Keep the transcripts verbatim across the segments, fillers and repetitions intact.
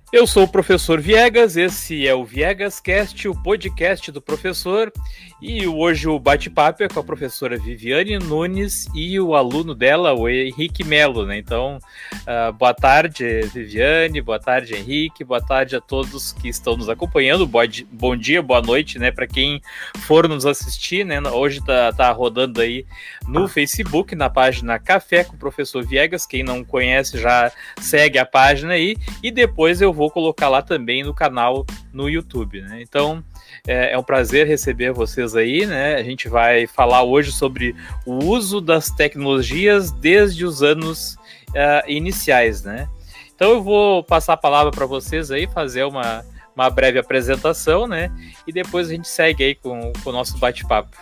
Eu sou o professor Viegas, esse é o Viegas Cast, o podcast do professor, e hoje o bate-papo é com a professora Viviane Nunes e o aluno dela, o Henrique Melo, né? Então, uh, boa tarde, Viviane, boa tarde, Henrique, boa tarde a todos que estão nos acompanhando, bom dia, boa noite, né? Para quem for nos assistir, né? Hoje tá, tá rodando aí no Facebook, na página Café com o Professor Viegas, quem não conhece já segue a página aí, e depois eu vou vou colocar lá também no canal no YouTube, né? Então é, é um prazer receber vocês aí, né? A gente vai falar hoje sobre o uso das tecnologias desde os anos uh, iniciais, né? Então eu vou passar a palavra para vocês aí, fazer uma, uma breve apresentação, né? E depois a gente segue aí com, com o nosso bate-papo.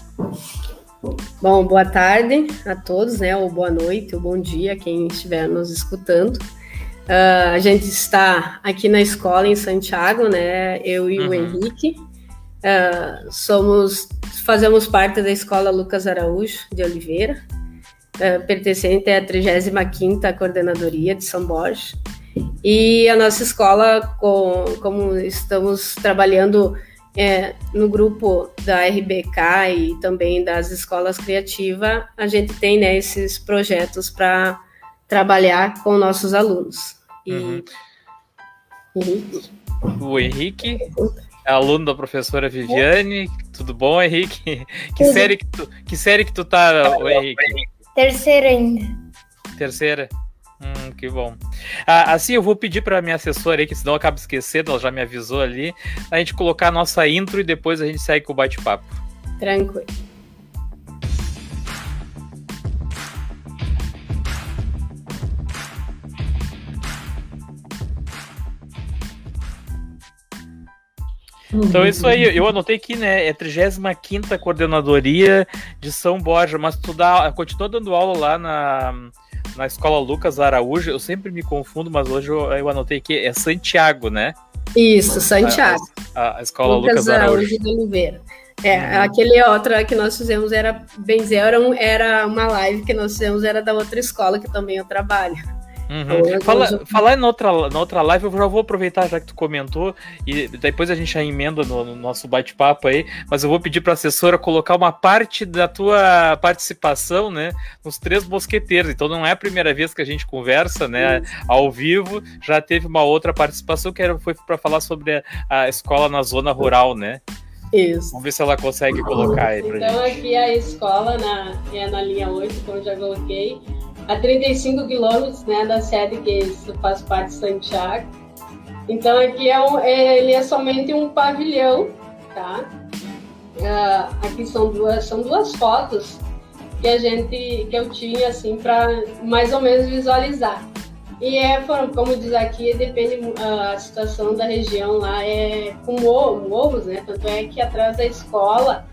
Bom, boa tarde a todos, né? Ou boa noite, ou bom dia, quem estiver nos escutando. Uh, a gente está aqui na escola em Santiago, né? Eu e uhum. o Henrique. Uh, somos, fazemos parte da escola Lucas Araújo de Oliveira, uh, pertencente à trigésima quinta Coordenadoria de São Borja. E a nossa escola, com, como estamos trabalhando é, no grupo da R B K e também das escolas criativas, a gente tem, né, esses projetos para trabalhar com nossos alunos. E uhum. Henrique. O Henrique é aluno da professora Viviane. Tudo bom, Henrique? Que Tudo. série que tu, que série que tu tá, o Henrique? Terceira ainda. Terceira? Hum, que bom. Ah, assim, eu vou pedir para minha assessora aí, que senão eu acabo esquecendo, ela já me avisou ali, a gente colocar a nossa intro e depois a gente segue com o bate-papo. Tranquilo. Então é isso aí, eu anotei aqui, né, é a trigésima quinta Coordenadoria de São Borja, mas tu dá, continua dando aula lá na, na Escola Lucas Araújo, eu sempre me confundo, mas hoje eu, eu anotei aqui, é Santiago, né? Isso, Santiago. A, a, a Escola Lucas, Lucas Araújo. Araújo de Oliveira. É, uhum. Aquele outro que nós fizemos era, bem dizer, era, um, era uma live que nós fizemos, era da outra escola que também eu trabalho. Uhum. Fala, já... Falar na outra, na outra live, eu já vou aproveitar já que tu comentou e depois a gente já emenda no, no nosso bate-papo aí, mas eu vou pedir para a assessora colocar uma parte da tua participação, né, nos Três Mosqueteiros. Então não é a primeira vez que a gente conversa, né, Isso. ao vivo, já teve uma outra participação que era, foi para falar sobre a, a escola na zona rural, né? Isso. Vamos ver se ela consegue colocar aí pra então, gente. Então aqui a escola na, é na linha oito, como eu já coloquei, a trinta e cinco quilômetros, né, da sede que faz parte de Santiago. Então aqui é, um, é ele é somente um pavilhão, tá? Uh, aqui são duas, são duas fotos que a gente, que eu tinha assim para mais ou menos visualizar. E é, como diz aqui, depende a situação da região lá, é com morros, né? Tanto é que atrás da escola.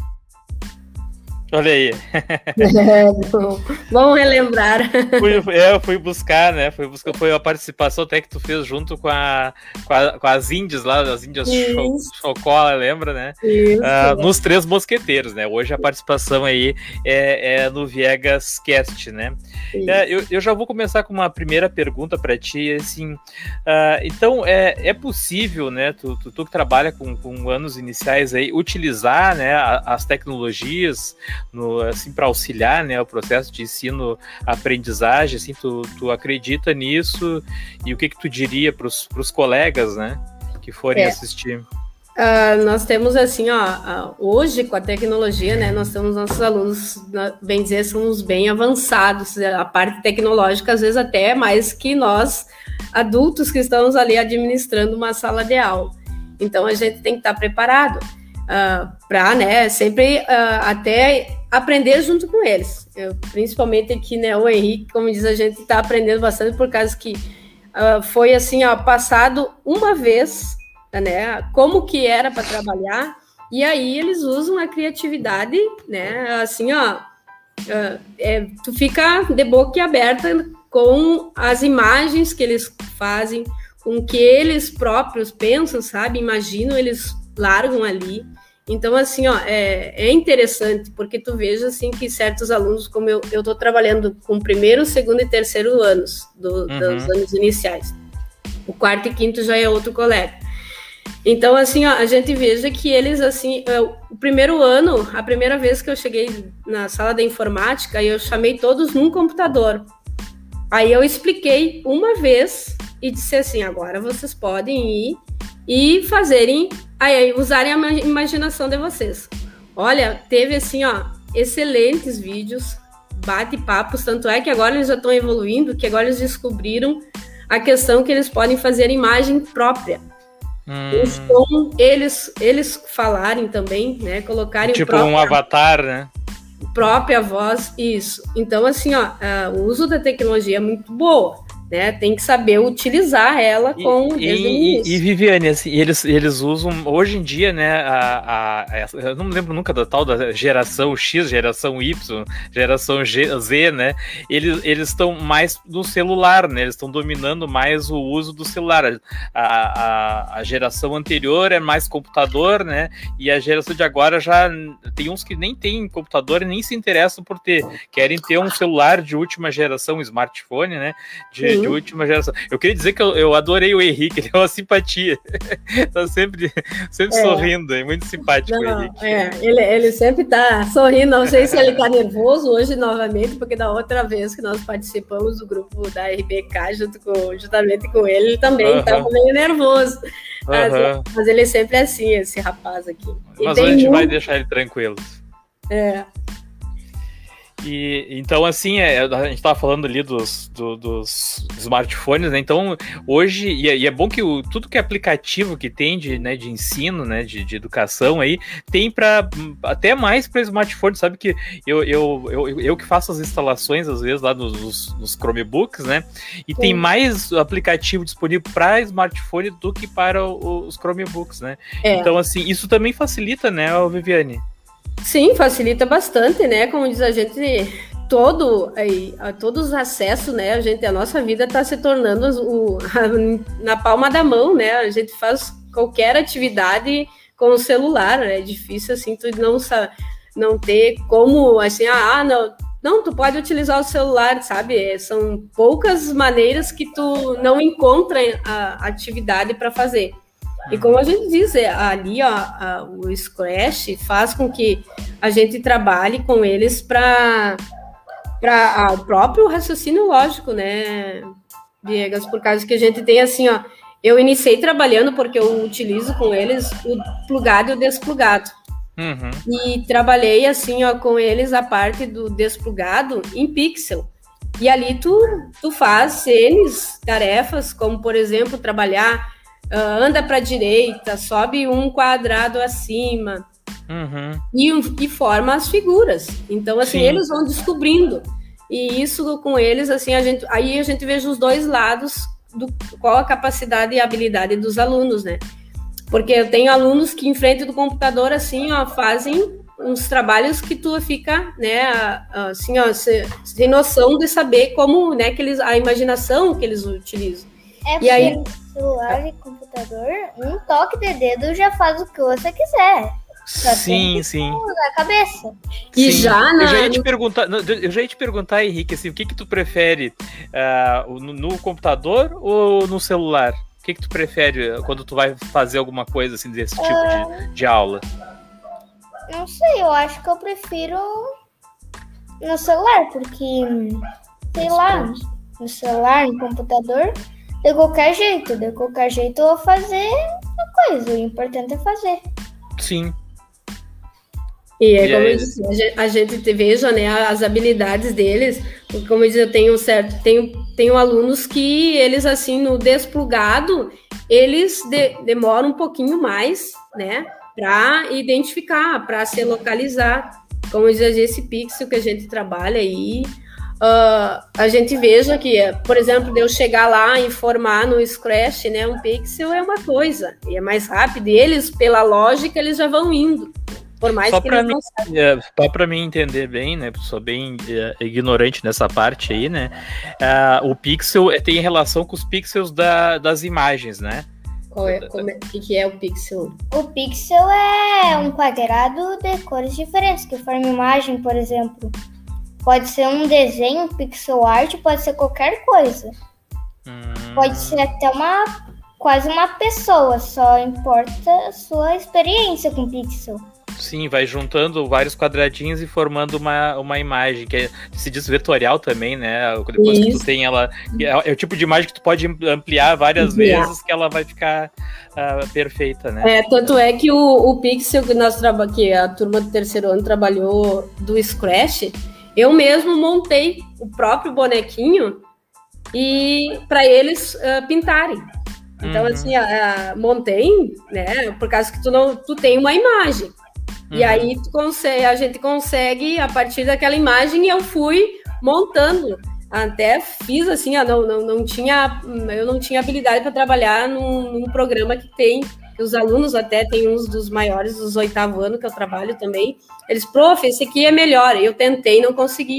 Olha aí. É, vamos relembrar. Fui, é, eu fui buscar, né? Fui buscar, foi a participação até que tu fez junto com, a, com, a, com as índias lá, as índias Chocola, lembra, né? Isso, uh, nos Três Mosqueteiros, né? Hoje a participação aí é, é no Viegas Cast, né? É, eu, eu já vou começar com uma primeira pergunta para ti, assim, uh, então é, é possível, né? Tu, tu, tu que trabalha com, com anos iniciais aí, utilizar, né, as tecnologias no, assim, para auxiliar, né, o processo de ensino-aprendizagem, assim, tu, tu acredita nisso e o que que tu diria para os colegas, né, que forem é. assistir? Uh, nós temos assim, ó, uh, hoje com a tecnologia, né, nós temos nossos alunos, bem dizer, somos bem avançados, a parte tecnológica às vezes até mais que nós adultos que estamos ali administrando uma sala de aula. Então a gente tem que estar preparado uh, para, né, sempre uh, até aprender junto com eles. Eu, principalmente aqui, né, o Henrique, como diz, a gente está aprendendo bastante por causa que uh, foi assim, ó, passado uma vez, né, como que era para trabalhar, e aí eles usam a criatividade, né, assim, ó, uh, é, tu fica de boca aberta com as imagens que eles fazem, com o que eles próprios pensam, sabe, imaginam, eles largam ali. Então, assim, ó, é, é interessante, porque tu veja, assim, que certos alunos, como eu estou trabalhando com primeiro, segundo e terceiro anos, do, uhum. dos anos iniciais. O quarto e quinto já é outro colega. Então, assim, ó, a gente veja que eles, assim, eu, o primeiro ano, a primeira vez que eu cheguei na sala da informática, eu chamei todos num computador. Aí eu expliquei uma vez e disse assim, agora vocês podem ir e fazerem, aí, usarem a imaginação de vocês. Olha, teve, assim, ó, excelentes vídeos, bate-papos, tanto é que agora eles já estão evoluindo, que agora eles descobriram a questão que eles podem fazer imagem própria. Hum. Então, eles, eles falarem também, né, colocarem tipo própria, um avatar, né? Própria voz, isso. Então, assim, ó, uh, o uso da tecnologia é muito boa, né? Tem que saber utilizar ela com e, e, e, e Viviane, assim, eles, eles usam hoje em dia, né, a, a, a, eu não me lembro nunca da tal da geração X, geração Y, geração G, Z, né, eles eles estão mais no celular, né, eles estão dominando mais o uso do celular. A, a, a geração anterior é mais computador, né, e a geração de agora já tem uns que nem tem computador e nem se interessam por ter, querem ter um celular de última geração, um smartphone, né, de de última geração. Eu queria dizer que eu, eu adorei o Henrique, ele é uma simpatia. Tá sempre, sempre é. sorrindo, é muito simpático. Não, o Henrique. É, ele, ele sempre tá sorrindo, não sei se ele tá nervoso hoje novamente, porque da outra vez que nós participamos do grupo da R B K, junto com, justamente com ele, ele também estava uh-huh. meio nervoso. Mas, uh-huh. mas ele é sempre assim, esse rapaz aqui. Mas a gente muito... vai deixar ele tranquilo. É. E, então, assim, é, a gente estava falando ali dos, do, dos smartphones, né? Então, hoje, e é, e é bom que o, tudo que é aplicativo que tem de, né, de ensino, né, de, de educação aí, tem para até mais para smartphone, sabe que eu, eu, eu, eu que faço as instalações, às vezes, lá nos, nos Chromebooks, né? E Sim. tem mais aplicativo disponível para smartphone do que para o, os Chromebooks, né? É. Então, assim, isso também facilita, né, Viviane? Sim, facilita bastante, né? Como diz a gente, todo, aí, a, todos os acessos, né? A gente, a nossa vida está se tornando o, a, na palma da mão, né? A gente faz qualquer atividade com o celular, né? É difícil, assim, tu não, não ter como, assim, ah, não, não, tu pode utilizar o celular, sabe? São poucas maneiras que tu não encontra a atividade para fazer. E como a gente diz, ali ó, a, o Scratch faz com que a gente trabalhe com eles para o próprio raciocínio lógico, né, Diegas? Por causa que a gente tem assim, ó, eu iniciei trabalhando porque eu utilizo com eles o plugado e o desplugado. Uhum. E trabalhei assim, ó, com eles a parte do desplugado em pixel. E ali tu, tu faz eles tarefas, como por exemplo, trabalhar Uh, anda para a direita, sobe um quadrado acima uhum. e, e forma as figuras. Então, assim, Sim. eles vão descobrindo. E isso com eles, assim, a gente, aí a gente veja os dois lados do qual a capacidade e a habilidade dos alunos, né? Porque eu tenho alunos que em frente do computador, assim, ó, fazem uns trabalhos que tu fica, né, assim, ó, sem noção de saber como, né, que eles, a imaginação que eles utilizam. É porque e aí, celular e computador, um toque de dedo já faz o que você quiser. Só sim, sim. Na cabeça. E sim. já na... Eu já ia te perguntar, eu já ia te perguntar, Henrique, assim, o que que tu prefere uh, no, no computador ou no celular? O que que tu prefere quando tu vai fazer alguma coisa assim desse tipo uh... de, de aula? Não sei, eu acho que eu prefiro no celular, porque sei lá, no celular, no computador, de qualquer jeito, de qualquer jeito eu vou fazer uma coisa, o importante é fazer. Sim. E é como eu disse, a gente veja, né, as habilidades deles, como eu disse, eu tenho certo, tenho, tenho alunos que eles, assim, no desplugado, eles de, demoram um pouquinho mais, né, para identificar, para se localizar, como eu disse, esse pixel que a gente trabalha aí, uh, a gente veja que, por exemplo, de eu chegar lá e formar no Scratch, né, um pixel é uma coisa, e é mais rápido, e eles, pela lógica, eles já vão indo. Por mais só que para mim, é, só para mim entender bem, né? Sou bem é, ignorante nessa parte aí, né? Uh, o pixel tem relação com os pixels da, das imagens, né? Qual é, como é, o que é o pixel? O pixel é um quadrado de cores diferentes que forma imagem, por exemplo. Pode ser um desenho, pixel art, pode ser qualquer coisa. Hum. Pode ser até uma, quase uma pessoa, só importa a sua experiência com pixel. Sim, vai juntando vários quadradinhos e formando uma, uma imagem, que é, se diz vetorial também, né? Depois Isso. que tu tem ela... É, é o tipo de imagem que tu pode ampliar várias ampliar. vezes, que ela vai ficar uh, perfeita, né? É, tanto é que o, o pixel que, nós traba, que a turma do terceiro ano trabalhou do Scratch, eu mesmo montei o próprio bonequinho e para eles uh, pintarem. Então, uhum. assim, a, a, montei, né? Por causa que tu, não, tu tem uma imagem. Uhum. E aí tu consegue, a gente consegue, a partir daquela imagem, eu fui montando. Até fiz assim, ó, não, não, não tinha, eu não tinha habilidade para trabalhar num, num programa que tem, que os alunos até tem uns dos maiores, dos oitavo ano que eu trabalho também. Eles, prof, esse aqui é melhor. Eu tentei, não consegui.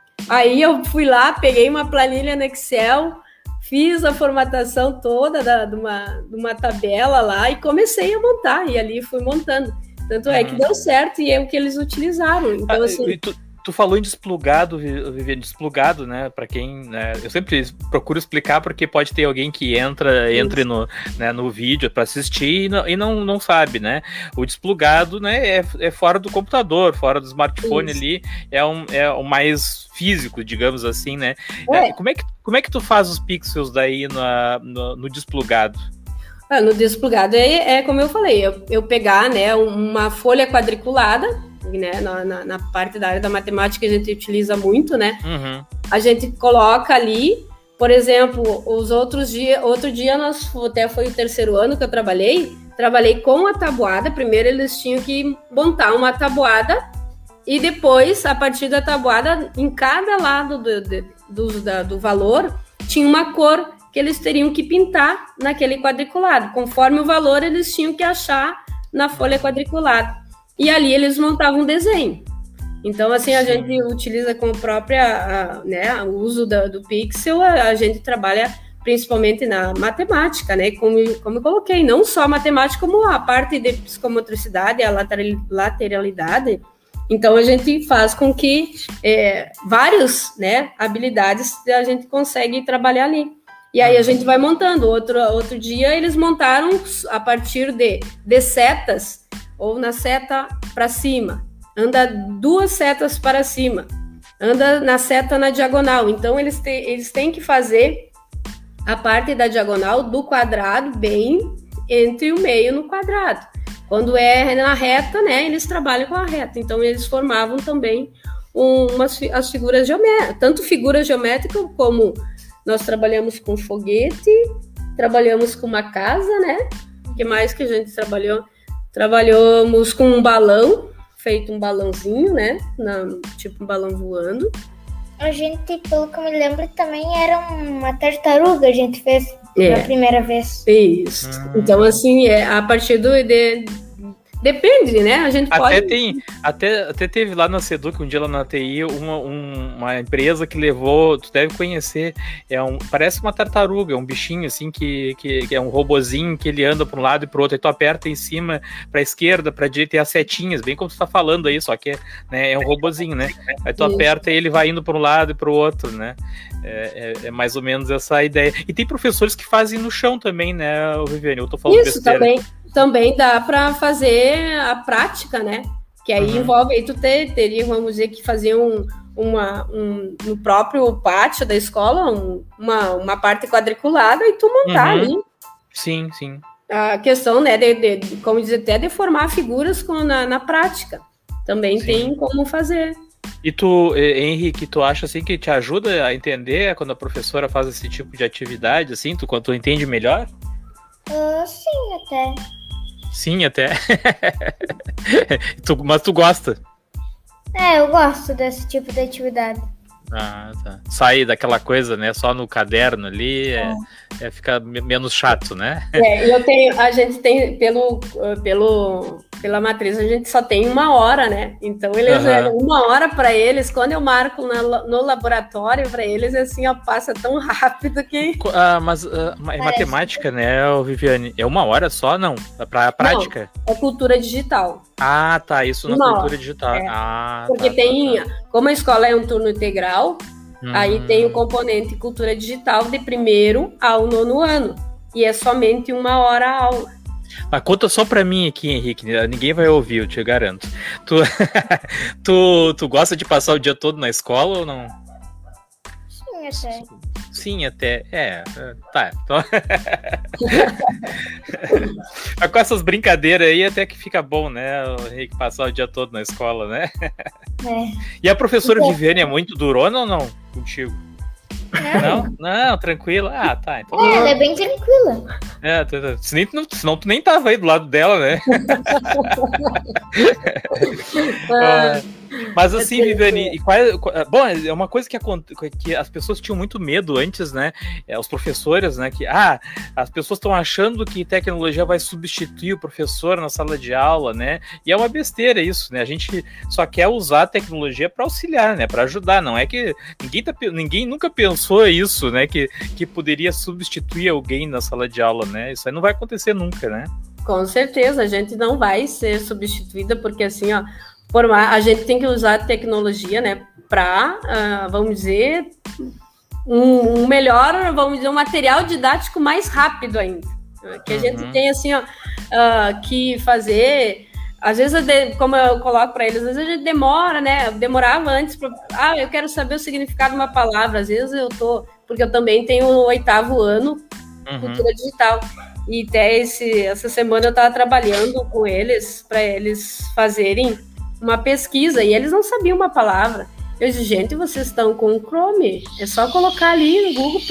Aí eu fui lá, peguei uma planilha no Excel, fiz a formatação toda da, de, uma, de uma tabela lá e comecei a montar. E ali fui montando. Tanto é que deu certo e é o que eles utilizaram. Então, ah, assim... tu, tu falou em desplugado, Viviane, desplugado, né? Para quem... Né, eu sempre procuro explicar porque pode ter alguém que entra entre no, né, no vídeo para assistir e, não, e não, não sabe, né? O desplugado, né, é, é fora do computador, fora do smartphone. Isso. Ali. É, um, é o mais físico, digamos assim, né? É. Como, é que, como é que tu faz os pixels daí no, no, no desplugado? Ah, no desplugado é, é como eu falei, eu, eu pegar, né, uma folha quadriculada, né, na, na, na parte da área da matemática a gente utiliza muito, né? Uhum. A gente coloca ali, por exemplo, os outros dias, outro dia nós, até foi o terceiro ano que eu trabalhei, trabalhei com a tabuada. Primeiro eles tinham que montar uma tabuada e depois, a partir da tabuada, em cada lado do, do, do, da, do valor, tinha uma cor que eles teriam que pintar naquele quadriculado. Conforme o valor, eles tinham que achar na folha quadriculada. E ali eles montavam um desenho. Então, assim, a Sim. gente utiliza com a própria, a, né, o uso da, do pixel, a, a gente trabalha principalmente na matemática, né? Como, como eu coloquei, não só a matemática, como a parte de psicomotricidade, a lateralidade. Então, a gente faz com que é, várias, né, habilidades a gente consegue trabalhar ali. E aí a gente vai montando. Outro, outro dia eles montaram a partir de, de setas, ou na seta para cima. Anda duas setas para cima. Anda na seta na diagonal. Então eles, te, eles têm que fazer a parte da diagonal do quadrado bem entre o meio no quadrado. Quando é na reta, né, eles trabalham com a reta. Então eles formavam também um, umas, as figuras geométricas. Tanto figuras geométricas como... Nós trabalhamos com foguete, trabalhamos com uma casa, né? O que mais que a gente trabalhou? Trabalhamos com um balão, feito um balãozinho, né? Na, tipo um balão voando. A gente, pelo que eu me lembro, também era uma tartaruga, a gente fez é. na primeira vez. Isso. Hum. Então, assim, é, a partir do... De, depende, né? A gente até pode... Tem, até, até teve lá na Seduc, um dia lá na T I, uma, um, uma empresa que levou, tu deve conhecer, é um, parece uma tartaruga, um bichinho assim, que, que, que é um robozinho que ele anda para um lado e para o outro, aí tu aperta em cima, para a esquerda, para a direita, e as setinhas, bem como tu tá falando aí, só que é, né, é um robozinho, né? Aí tu aperta e ele vai indo para um lado e para o outro, né? É, é, é mais ou menos essa ideia. E tem professores que fazem no chão também, né, Viviane? Eu tô falando Isso, besteira. Também. Também dá para fazer a prática, né? Que aí uhum. envolve, aí tu ter, teria, vamos dizer, que fazer um, uma, um, no próprio pátio da escola, um, uma, uma parte quadriculada e tu montar uhum. ali. Sim, sim. A questão, né, de, de, como dizer, até de formar figuras com, na, na prática. Também sim. tem como fazer. E tu, Henrique, tu acha assim que te ajuda a entender quando a professora faz esse tipo de atividade, assim, tu, quando tu entende melhor? Uh, sim, até. Sim, até. tu, mas tu gosta? É, eu gosto desse tipo de atividade. Ah, tá. Sair daquela coisa, né? Só no caderno ali, é, é, é fica menos chato, né? É, eu tenho, a gente tem, pelo, pelo, pela matriz, a gente só tem uma hora, né? Então, eles, uhum. uma hora para eles, quando eu marco na, no laboratório, para eles, assim, ó, passa tão rápido que... Ah, mas uh, é matemática, né, Viviane? É uma hora só, não? Para a prática? Não, é cultura digital. Ah, tá, isso na uma cultura hora. digital. É. Ah, Porque tá, tem, tá, tá. como a escola é um turno integral, Hum. Aí tem o componente cultura digital de primeiro ao nono ano. E é somente uma hora a aula. Mas conta só pra mim aqui, Henrique. Ninguém vai ouvir, eu te garanto. Tu, tu, tu gosta de passar o dia todo na escola ou não? Sim, até. Sim, até. É, tá. Então... Mas com essas brincadeiras aí até que fica bom, né? O Henrique passar o dia todo na escola, né? É. E a professora é. Viviane é muito durona ou não? Contigo? Não, não, não, tranquila. Ah, tá. Então... É, ela é bem tranquila. É, senão, senão tu nem tava aí do lado dela, né? ah, mas assim, Viviane, qual é, qual, bom, é uma coisa que, que as pessoas tinham muito medo antes, né? É, os professores, né? Que, ah, as pessoas estão achando que tecnologia vai substituir o professor na sala de aula, né? E é uma besteira isso, né? A gente só quer usar a tecnologia para auxiliar, né? Para ajudar, não é que ninguém, tá, ninguém nunca pensou isso, né? Que, que poderia substituir alguém na sala de aula, né? Isso aí não vai acontecer nunca, né? Com certeza, a gente não vai ser substituída, porque assim, ó, por uma, a gente tem que usar a tecnologia, né, para, uh, vamos dizer, um, um melhor, vamos dizer, um material didático mais rápido ainda. Que a uhum. gente tem, assim, ó, uh, que fazer... Às vezes, como eu coloco para eles, às vezes a gente demora, né? Demorava antes para... Ah, eu quero saber o significado de uma palavra. Às vezes eu tô... Porque eu também tenho o oitavo ano, uhum. cultura digital. E até esse, essa semana eu estava trabalhando com eles, para eles fazerem uma pesquisa, e eles não sabiam uma palavra. Eu disse, gente, vocês estão com o Chrome. É só colocar ali no Google,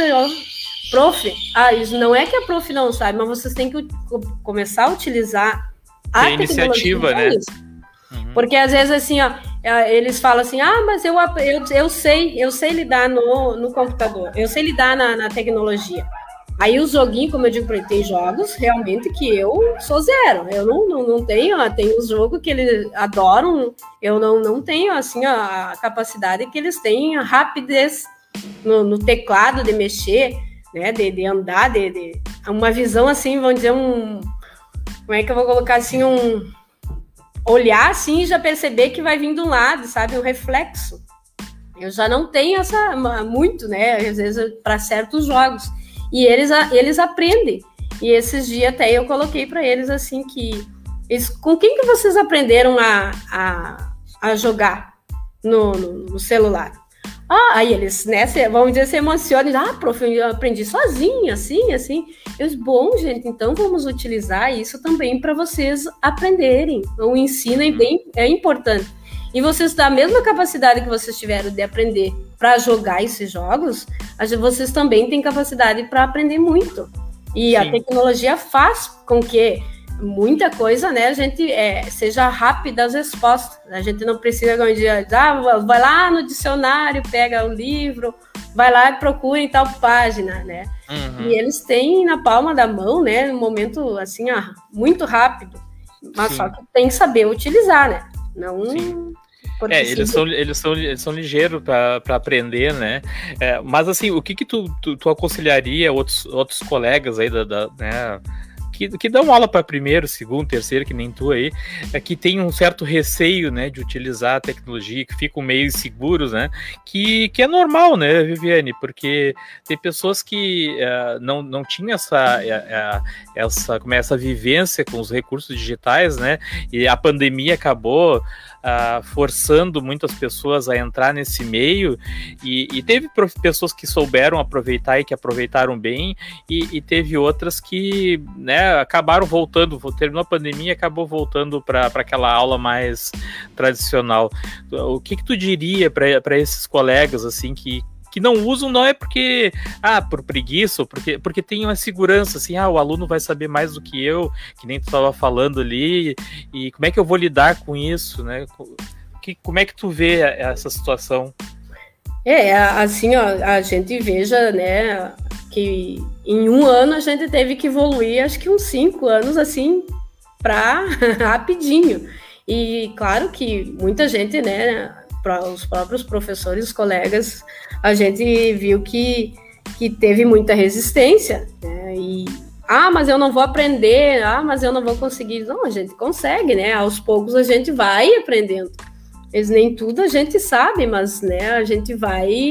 prof. Ah, isso não é que a prof não sabe, mas vocês têm que começar a utilizar a Tem iniciativa, né? Uhum. Porque às vezes assim, ó, eles falam assim, ah, mas eu, eu, eu sei, eu sei lidar no, no computador, eu sei lidar na, na tecnologia. Aí o joguinho, como eu digo para ele, tem jogos realmente que eu sou zero. Eu não, não, não tenho, ó, tem os jogos que eles adoram, eu não, não tenho assim ó, a capacidade que eles têm, a rapidez no, no teclado de mexer, né, de, de andar, de, de uma visão assim, vamos dizer, um... Como é que eu vou colocar assim, um... Olhar assim e já perceber que vai vir de um lado, sabe? Um reflexo. Eu já não tenho essa... Muito, né? Às vezes para certos jogos. E eles, eles aprendem. E esses dias até eu coloquei para eles assim que... Eles, com quem que vocês aprenderam a, a, a jogar no, no, no celular? Ah, aí eles, né, vamos dizer, se emocionam. Ah, prof, eu aprendi sozinha, assim, assim. Eu disse, bom, gente, então vamos utilizar isso também para vocês aprenderem. O ensino é bem é importante. E vocês, da mesma capacidade que vocês tiveram de aprender para jogar esses jogos, vocês também têm capacidade para aprender muito. E Sim. a tecnologia faz com que muita coisa, né, a gente é, seja rápida as respostas. A gente não precisa, como diz, ah, vai lá no dicionário, pega o livro, vai lá e procura em tal página, né? Uhum. E eles têm na palma da mão, né, um momento assim, ah, muito rápido, mas Sim. só que tem que saber utilizar, né? Não. Sim. É, eles são, eles, são, eles são ligeiros para aprender, né? É, mas assim, o que que tu, tu, tu aconselharia outros, outros colegas aí da, da né? Que, que dão aula para primeiro, segundo, terceiro, que nem tu aí, é, que tem um certo receio, né, de utilizar a tecnologia, que ficam meio inseguros, né, que, que é normal, né, Viviane, porque tem pessoas que uh, não, não tinham essa, uh, essa, como é, essa vivência com os recursos digitais, né, e a pandemia acabou Uh, forçando muitas pessoas a entrar nesse meio, e, e teve pessoas que souberam aproveitar e que aproveitaram bem, e, e teve outras que, né, acabaram voltando, terminou a pandemia e acabou voltando para aquela aula mais tradicional. O que, que tu diria para esses colegas assim que que não usam, não é porque, ah, por preguiça, ou porque, porque tem uma segurança, assim, ah, o aluno vai saber mais do que eu, que nem tu estava falando ali, e como é que eu vou lidar com isso, né? Que, como é que tu vê essa situação? É, assim, ó, a gente veja, né, que em um ano a gente teve que evoluir, acho que uns cinco anos, assim, para rapidinho. E claro que muita gente, né, os próprios professores, os colegas, a gente viu que, que teve muita resistência, né? E, ah, mas eu não vou aprender, ah, mas eu não vou conseguir. Não, a gente consegue, né? Aos poucos a gente vai aprendendo. Eles, nem tudo a gente sabe, mas, né, a gente vai,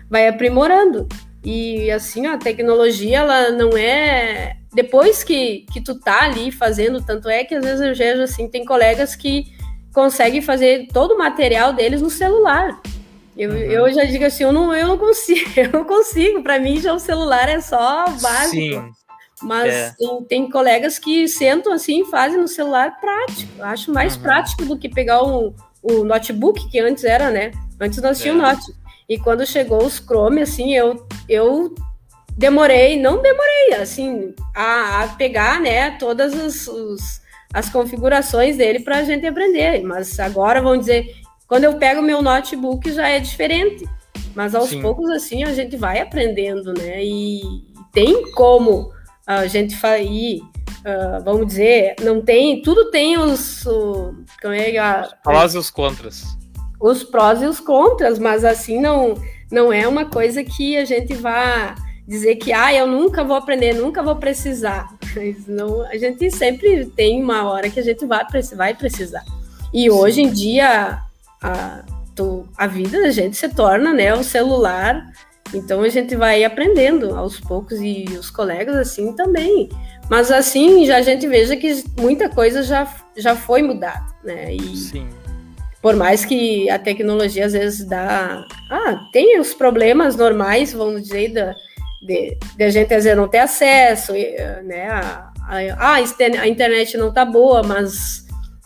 vai aprimorando. E assim, ó, a tecnologia, ela não é... Depois que, que tu tá ali fazendo, tanto é que às vezes eu vejo assim, tem colegas que conseguem fazer todo o material deles no celular. Eu, uhum. eu já digo assim, eu não, eu não consigo, eu não consigo, para mim já o celular é só básico. Sim. Mas é. tem, tem colegas que sentam assim e fazem no celular prático. Eu acho mais uhum. prático do que pegar o, o notebook, que antes era, né? Antes nós tínhamos é. note. E quando chegou os Chrome, assim, eu, eu demorei, não demorei, assim, a, a pegar, né, todas os, os, as configurações dele para a gente aprender. Mas agora, vamos dizer, quando eu pego o meu notebook já é diferente. Mas aos Sim. poucos, assim, a gente vai aprendendo, né? E tem como a gente fazer, uh, vamos dizer, não tem, tudo tem os, o, como é, a, os prós e os contras. Os prós e os contras, mas assim, não, não é uma coisa que a gente vá dizer que, ah, eu nunca vou aprender, nunca vou precisar. Mas não, a gente sempre tem uma hora que a gente vai, vai precisar. E Sim. hoje em dia, a, a vida da gente se torna, né, o celular. Então a gente vai aprendendo aos poucos e os colegas assim também. Mas assim, já a gente veja que muita coisa já, já foi mudada, né? E Sim. por mais que a tecnologia às vezes dá... Ah, tem os problemas normais, vamos dizer, da, de, de a gente às vezes não ter acesso, né? A, a, a internet não tá boa, mas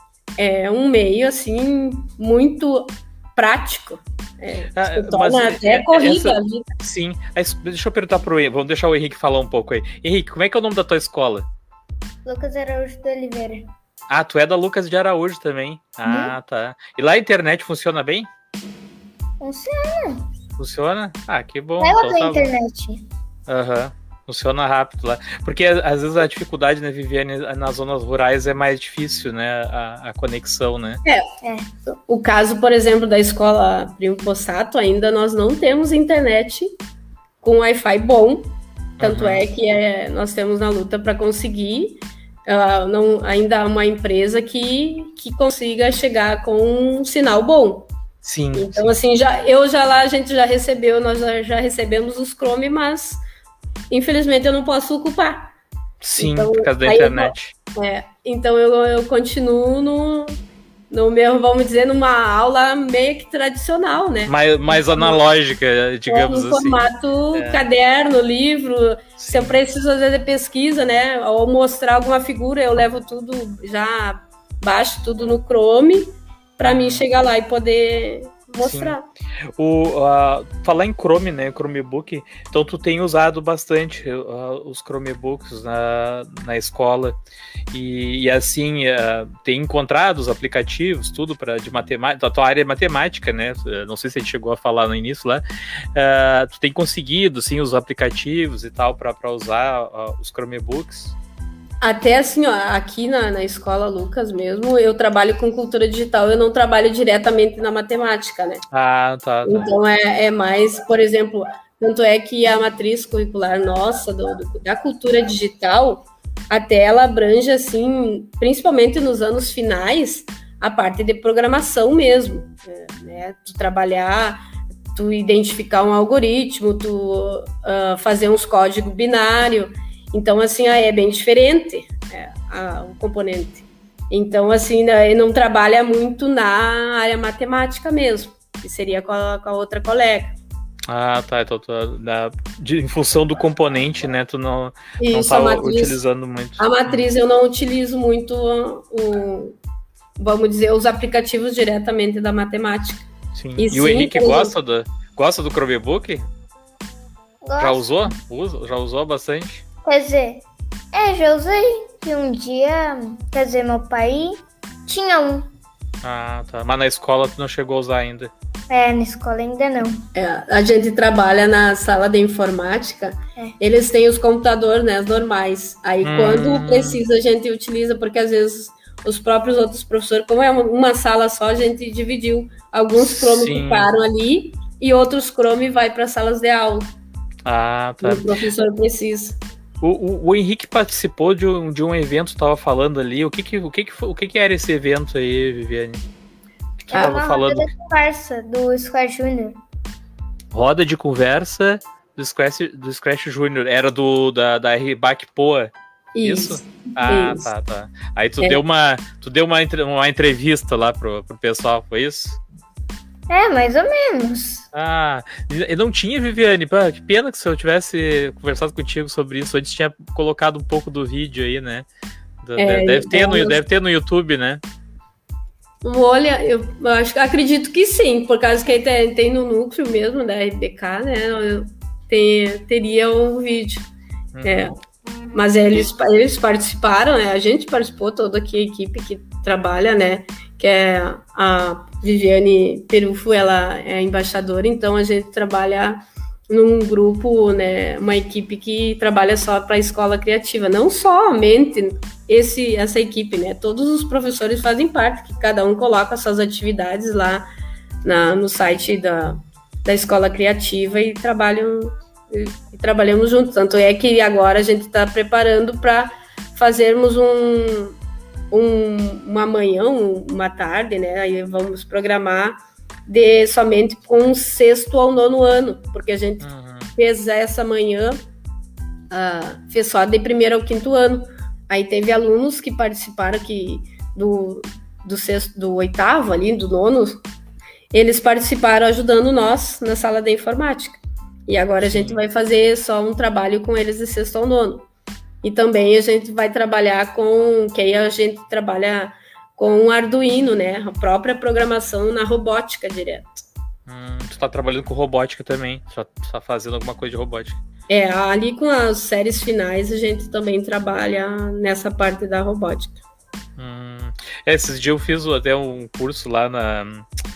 é um meio assim muito prático. É, ah, mas até é, corrida. Essa, sim, deixa eu perguntar pro Henrique, vamos deixar o Henrique falar um pouco aí. Henrique, como é que é o nome da tua escola? Lucas Araújo de Oliveira. Ah, tu é da Lucas de Araújo também. Ah, hum? tá. E lá a internet funciona bem? Funciona. Funciona? Ah, que bom. Vai lá então, tá internet. Aham. Uhum. Funciona rápido lá. Porque às vezes a dificuldade, né, Viviane, nas zonas rurais é mais difícil, né, a, a conexão, né? É, é. O caso, por exemplo, da escola Primo Possato, ainda nós não temos internet com Wi-Fi bom. Tanto uhum. é que é, nós temos na luta para conseguir uh, não, ainda há uma empresa que, que consiga chegar com um sinal bom. Sim. Então, sim. assim, já, eu já lá, a gente já recebeu, nós já, já recebemos os Chrome, mas infelizmente eu não posso ocupar. Sim, então, por causa da internet. Eu, é, então eu, eu continuo no, no meu, vamos dizer, numa aula meio que tradicional, né? Mais, mais analógica, digamos é, no assim. No formato é. caderno, livro. Sim. Se eu preciso às vezes de pesquisa, né? Ou mostrar alguma figura, eu levo tudo, já baixo tudo no Chrome para ah. mim chegar lá e poder mostrar. O, uh, falar em Chrome, né, Chromebook, então tu tem usado bastante uh, os Chromebooks na, na escola e, e assim, uh, tem encontrado os aplicativos, tudo para de matemática, a tua área é matemática, né, não sei se a gente chegou a falar no início lá, uh, tu tem conseguido, sim, os aplicativos e tal para usar uh, os Chromebooks? Até assim, ó, aqui na, na escola Lucas mesmo, eu trabalho com cultura digital, eu não trabalho diretamente na matemática, né? Ah, tá. tá. Então é, é mais, por exemplo, tanto é que a matriz curricular nossa, do, do, da cultura digital, até ela abrange, assim, principalmente nos anos finais, a parte de programação mesmo, né? Tu trabalhar, tu identificar um algoritmo, tu uh, fazer uns códigos binários. Então, assim, é bem diferente é, a, o componente. Então, assim, ele não trabalha muito na área matemática mesmo, que seria com a, com a outra colega. Ah, tá. Então, tu, na, de, em função do componente, né, tu não, Isso, não tá matriz, utilizando muito. A matriz eu não utilizo muito, o, vamos dizer, os aplicativos diretamente da matemática. Sim. E, e sim, o Henrique gosta do, gosta do Chromebook? Gosto. Já usou? Usa, já usou bastante? Quer dizer, é, já usei. E um dia, quer dizer, meu pai tinha um. Ah, tá. Mas na escola tu não chegou a usar ainda? É, na escola ainda não. É, a gente trabalha na sala de informática, é. Eles têm os computadores, né, normais. Aí hum. quando precisa a gente utiliza, porque às vezes os próprios outros professores, como é uma sala só, a gente dividiu. Alguns Chrome Sim. ficaram ali e outros Chrome vai para salas de aula. Ah, tá. E o professor precisa. O, o, o Henrique participou de um, de um evento, estava falando ali. O que que, o, que, que, o que que era esse evento aí, Viviane? Que tu é tava uma falando? roda de conversa do Square Júnior. roda de conversa do Scratch, do Scratch Júnior. Era do, da, da R B A C Poa. Isso? Isso? Ah, isso. tá, tá. Aí tu é. deu, uma, tu deu uma, uma entrevista lá pro, pro pessoal, foi isso? É, mais ou menos. Ah, e não tinha, Viviane? Pá, que pena que se eu tivesse conversado contigo sobre isso, antes tinha colocado um pouco do vídeo aí, né? É, deve, ter no, deve ter no YouTube, né? Olha, eu acho, acredito que sim, por causa que tem, tem no núcleo mesmo da R B K, né? Eu tem, teria um vídeo. Uhum. É. Mas eles, eles participaram, né? A gente participou, toda aqui a equipe que trabalha, né? Que é a Viviane Perufo, ela é embaixadora, então a gente trabalha num grupo, né? Uma equipe que trabalha só para a escola criativa, não somente esse, essa equipe, né? Todos os professores fazem parte, que cada um coloca suas atividades lá na, no site da, da escola criativa e trabalham e, e trabalhamos juntos. Tanto é que agora a gente está preparando para fazermos um, um, uma manhã, uma tarde, né? Aí vamos programar de somente com o sexto ao nono ano, porque a gente uhum. fez essa manhã, uh, fez só de primeiro ao quinto ano. Aí teve alunos que participaram aqui do, do sexto, do oitavo ali, do nono, eles participaram ajudando nós na sala de informática. E agora a gente vai fazer só um trabalho com eles de sexto ao nono. E também a gente vai trabalhar com, que aí a gente trabalha com o Arduino, né? A própria programação na robótica direto. Hum, tu tá trabalhando com robótica também, só tá fazendo alguma coisa de robótica. É, ali com as séries finais a gente também trabalha nessa parte da robótica. Hum, é, esses dias eu fiz até um curso lá na...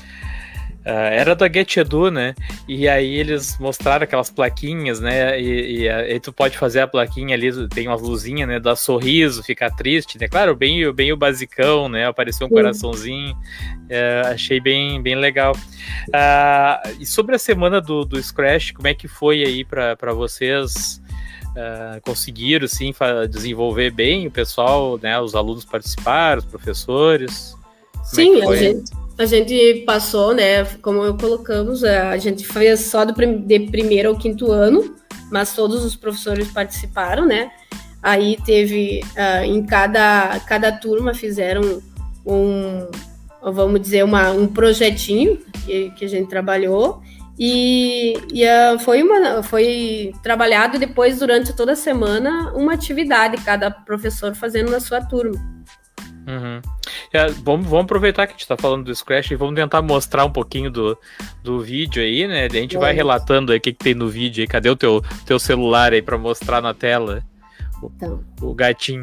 Uh, era da GetEdu, né? E aí eles mostraram aquelas plaquinhas, né? E, e aí tu pode fazer a plaquinha ali, tem umas luzinhas, né? Dar sorriso, ficar triste, né? Claro, bem, bem o basicão, né? Apareceu um Sim. coraçãozinho. Uh, achei bem, bem legal. Uh, e sobre a semana do, do Scratch, como é que foi aí para vocês? Uh, conseguiram, sim, desenvolver bem o pessoal, né? Os alunos participaram, os professores? Sim, é a gente... A gente passou, né, como colocamos, a gente fez só do prim- de primeiro ao quinto ano, mas todos os professores participaram, né? Aí teve, uh, em cada, cada turma fizeram um, vamos dizer, uma, um projetinho que, que a gente trabalhou e, e uh, foi, uma, foi trabalhado depois, durante toda a semana, uma atividade, cada professor fazendo na sua turma. Uhum. É, vamos, vamos aproveitar que a gente está falando do Scratch e vamos tentar mostrar um pouquinho do, do vídeo aí, né? A gente é vai isso. relatando aí o que, que tem no vídeo aí. Cadê o teu, teu celular aí para mostrar na tela? O, então. o gatinho.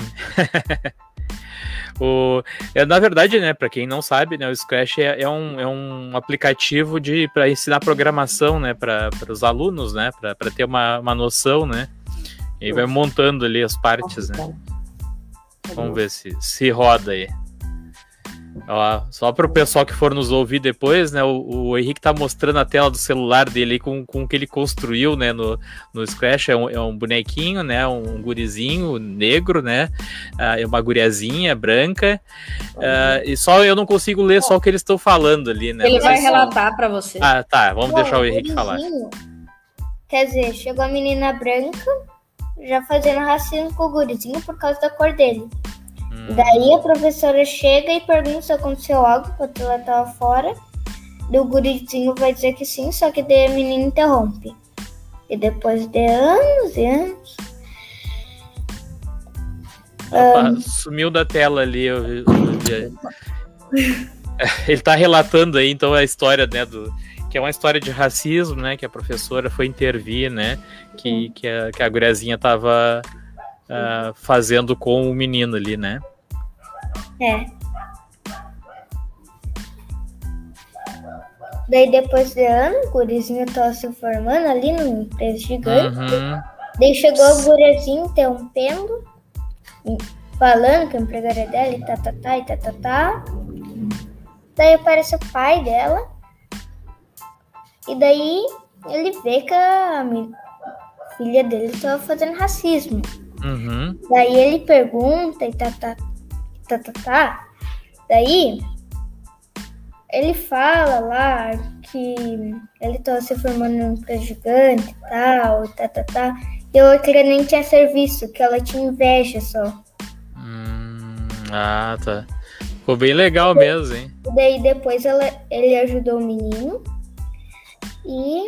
o, é, na verdade, né, para quem não sabe, né, o Scratch é, é, um, é um aplicativo de para ensinar programação, né, para os alunos, né, para ter uma, uma noção, né? E aí vai montando ali as partes, né? Vamos ver se, se roda aí. Ó, só para o pessoal que for nos ouvir depois, né? O, o Henrique tá mostrando a tela do celular dele aí com, com o que ele construiu, né? No, no Scratch. É um, é um bonequinho, né? Um gurizinho negro, né? Ah, é uma guriazinha branca. Ah, e só eu não consigo ler só o que eles estão falando ali, né? Ele vai relatar para você. Ah, tá. Vamos Bom, deixar o Henrique falar. Quer dizer, chegou a menina branca já fazendo racismo com o gurizinho por causa da cor dele. Hum. Daí a professora chega e pergunta se aconteceu algo enquanto ela estava fora. E o gurizinho vai dizer que sim, só que daí a menina interrompe. E depois de anos e anos... Opa, um... Sumiu da tela ali. Eu, eu, eu, ele tá relatando aí, então, a história, né, do... que é uma história de racismo, né, que a professora foi intervir, né, que, que, a, que a guriazinha tava uh, fazendo com o menino ali, né. É. Daí depois de ano, o gurizinho tava se formando ali numa empresa gigante. Uhum. Daí chegou o gurizinho interrompendo, falando que a empregada é dela e tá, tá, tá, e tá, tá, tá. Daí aparece o pai dela. E daí ele vê que a filha dele estava fazendo racismo. Uhum. Daí ele pergunta e tá, tá, tá, tá, tá. Daí ele fala lá que ele estava se formando em empresa gigante e tal, tá, tá, tá. E a outra nem tinha serviço, que ela tinha inveja só. Hum, ah, tá. Ficou bem legal mesmo, hein? E daí depois ela, ele ajudou o menino. E...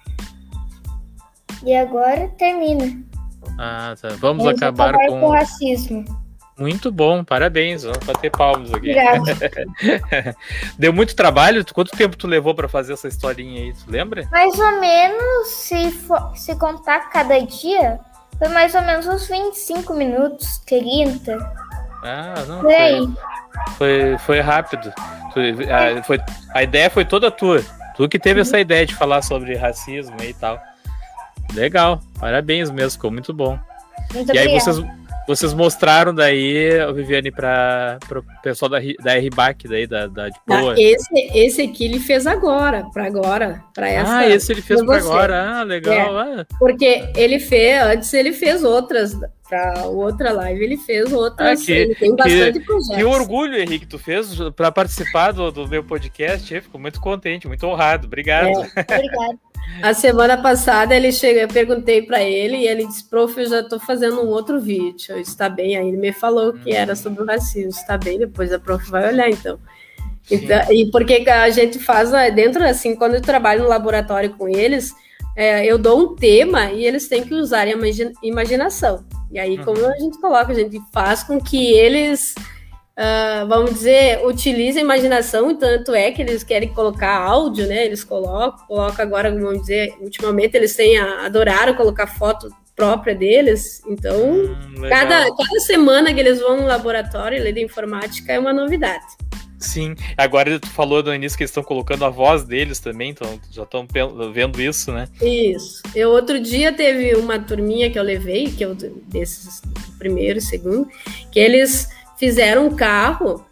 E agora termina. Ah, tá. Vamos, Vamos acabar, acabar com... com o racismo. Muito bom, parabéns. Vamos bater palmas aqui. Obrigada. Deu muito trabalho? Quanto tempo tu levou para fazer essa historinha aí? Tu lembra? Mais ou menos, se, for, se contar cada dia, foi mais ou menos uns vinte e cinco minutos, trinta. Ah, não. Foi, foi, foi rápido. Foi, a, foi, a ideia foi toda tua. Tu que teve uhum. essa ideia de falar sobre racismo e tal. Legal, parabéns mesmo, ficou muito bom. Muito e aí obrigada. vocês, vocês mostraram daí, Viviane, para o pessoal da, da R B A C, daí, da, da de Boa. Ah, esse, esse aqui ele fez agora, para agora, para essa. Ah, esse ele fez para agora, ah, legal. É, ah. Porque ele fez, antes ele fez outras, para outra live ele fez outras, ah, que, ele tem bastante que, projetos. Que orgulho, Henrique, tu fez para participar do, do meu podcast, eu fico muito contente, muito honrado, obrigado. É, obrigado. A semana passada ele chegou, eu perguntei para ele e ele disse, prof, eu já estou fazendo um outro vídeo. Eu, está bem, aí ele me falou que era sobre o racismo. Está bem, depois a prof vai olhar, então. então e porque a gente faz dentro, assim, quando eu trabalho no laboratório com eles, é, eu dou um tema e eles têm que usar a imaginação. E aí, como uhum. a gente coloca, a gente faz com que eles... Uh, vamos dizer, utiliza a imaginação, tanto é que eles querem colocar áudio, né? Eles colocam, colocam agora, vamos dizer, ultimamente eles têm a, adoraram colocar foto própria deles, então hum, cada, cada semana que eles vão no laboratório ler de informática é uma novidade. Sim, agora tu falou no início que eles estão colocando a voz deles também, então já estão vendo isso, né? Isso. Eu outro dia teve uma turminha que eu levei, que eu desses primeiro e segundo, que eles fizeram um carro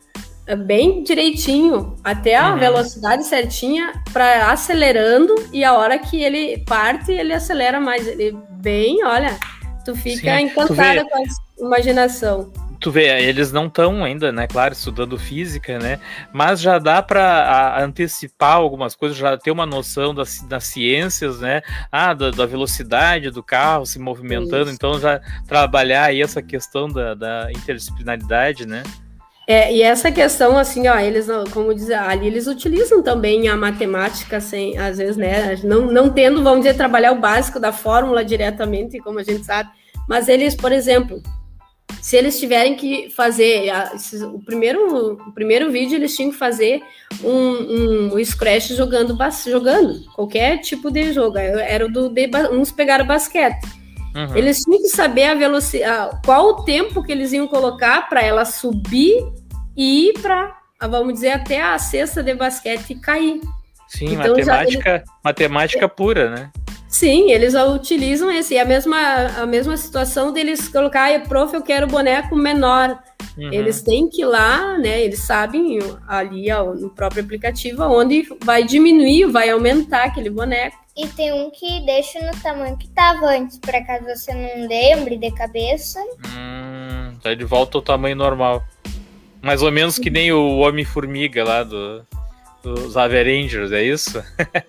bem direitinho, até a uhum. velocidade certinha, para acelerando, e a hora que ele parte, ele acelera mais. Ele bem, olha, tu fica Sim. encantada com a imaginação. Tu vê, eles não estão ainda, né, claro, estudando física, né, mas já dá para antecipar algumas coisas, já ter uma noção das, das ciências, né, ah, da, da velocidade do carro se movimentando, Isso. então já trabalhar aí essa questão da, da interdisciplinaridade, né. É, e essa questão, assim, ó, eles, como diz ali, eles utilizam também a matemática, sem, às vezes, né, não, não tendo, vamos dizer, trabalhar o básico da fórmula diretamente, como a gente sabe, mas eles, por exemplo... Se eles tiverem que fazer o primeiro, o primeiro vídeo, eles tinham que fazer um, um Scratch jogando, jogando qualquer tipo de jogo. Era o do de, uns pegaram basquete. Uhum. Eles tinham que saber a velocidade, qual o tempo que eles iam colocar para ela subir e ir para, vamos dizer, até a cesta de basquete e cair. Sim, então, matemática, ele... matemática pura, né? Sim, eles utilizam esse. É a mesma, a mesma situação deles colocar, ah, prof, eu quero boneco menor. Uhum. Eles têm que ir lá, né? Eles sabem ali ó, no próprio aplicativo onde vai diminuir, vai aumentar aquele boneco. E tem um que deixa no tamanho que estava antes, para caso você não lembre de cabeça. Hum, tá de volta ao tamanho normal. Mais ou menos que nem o Homem-Formiga lá do... dos Averangers, é isso?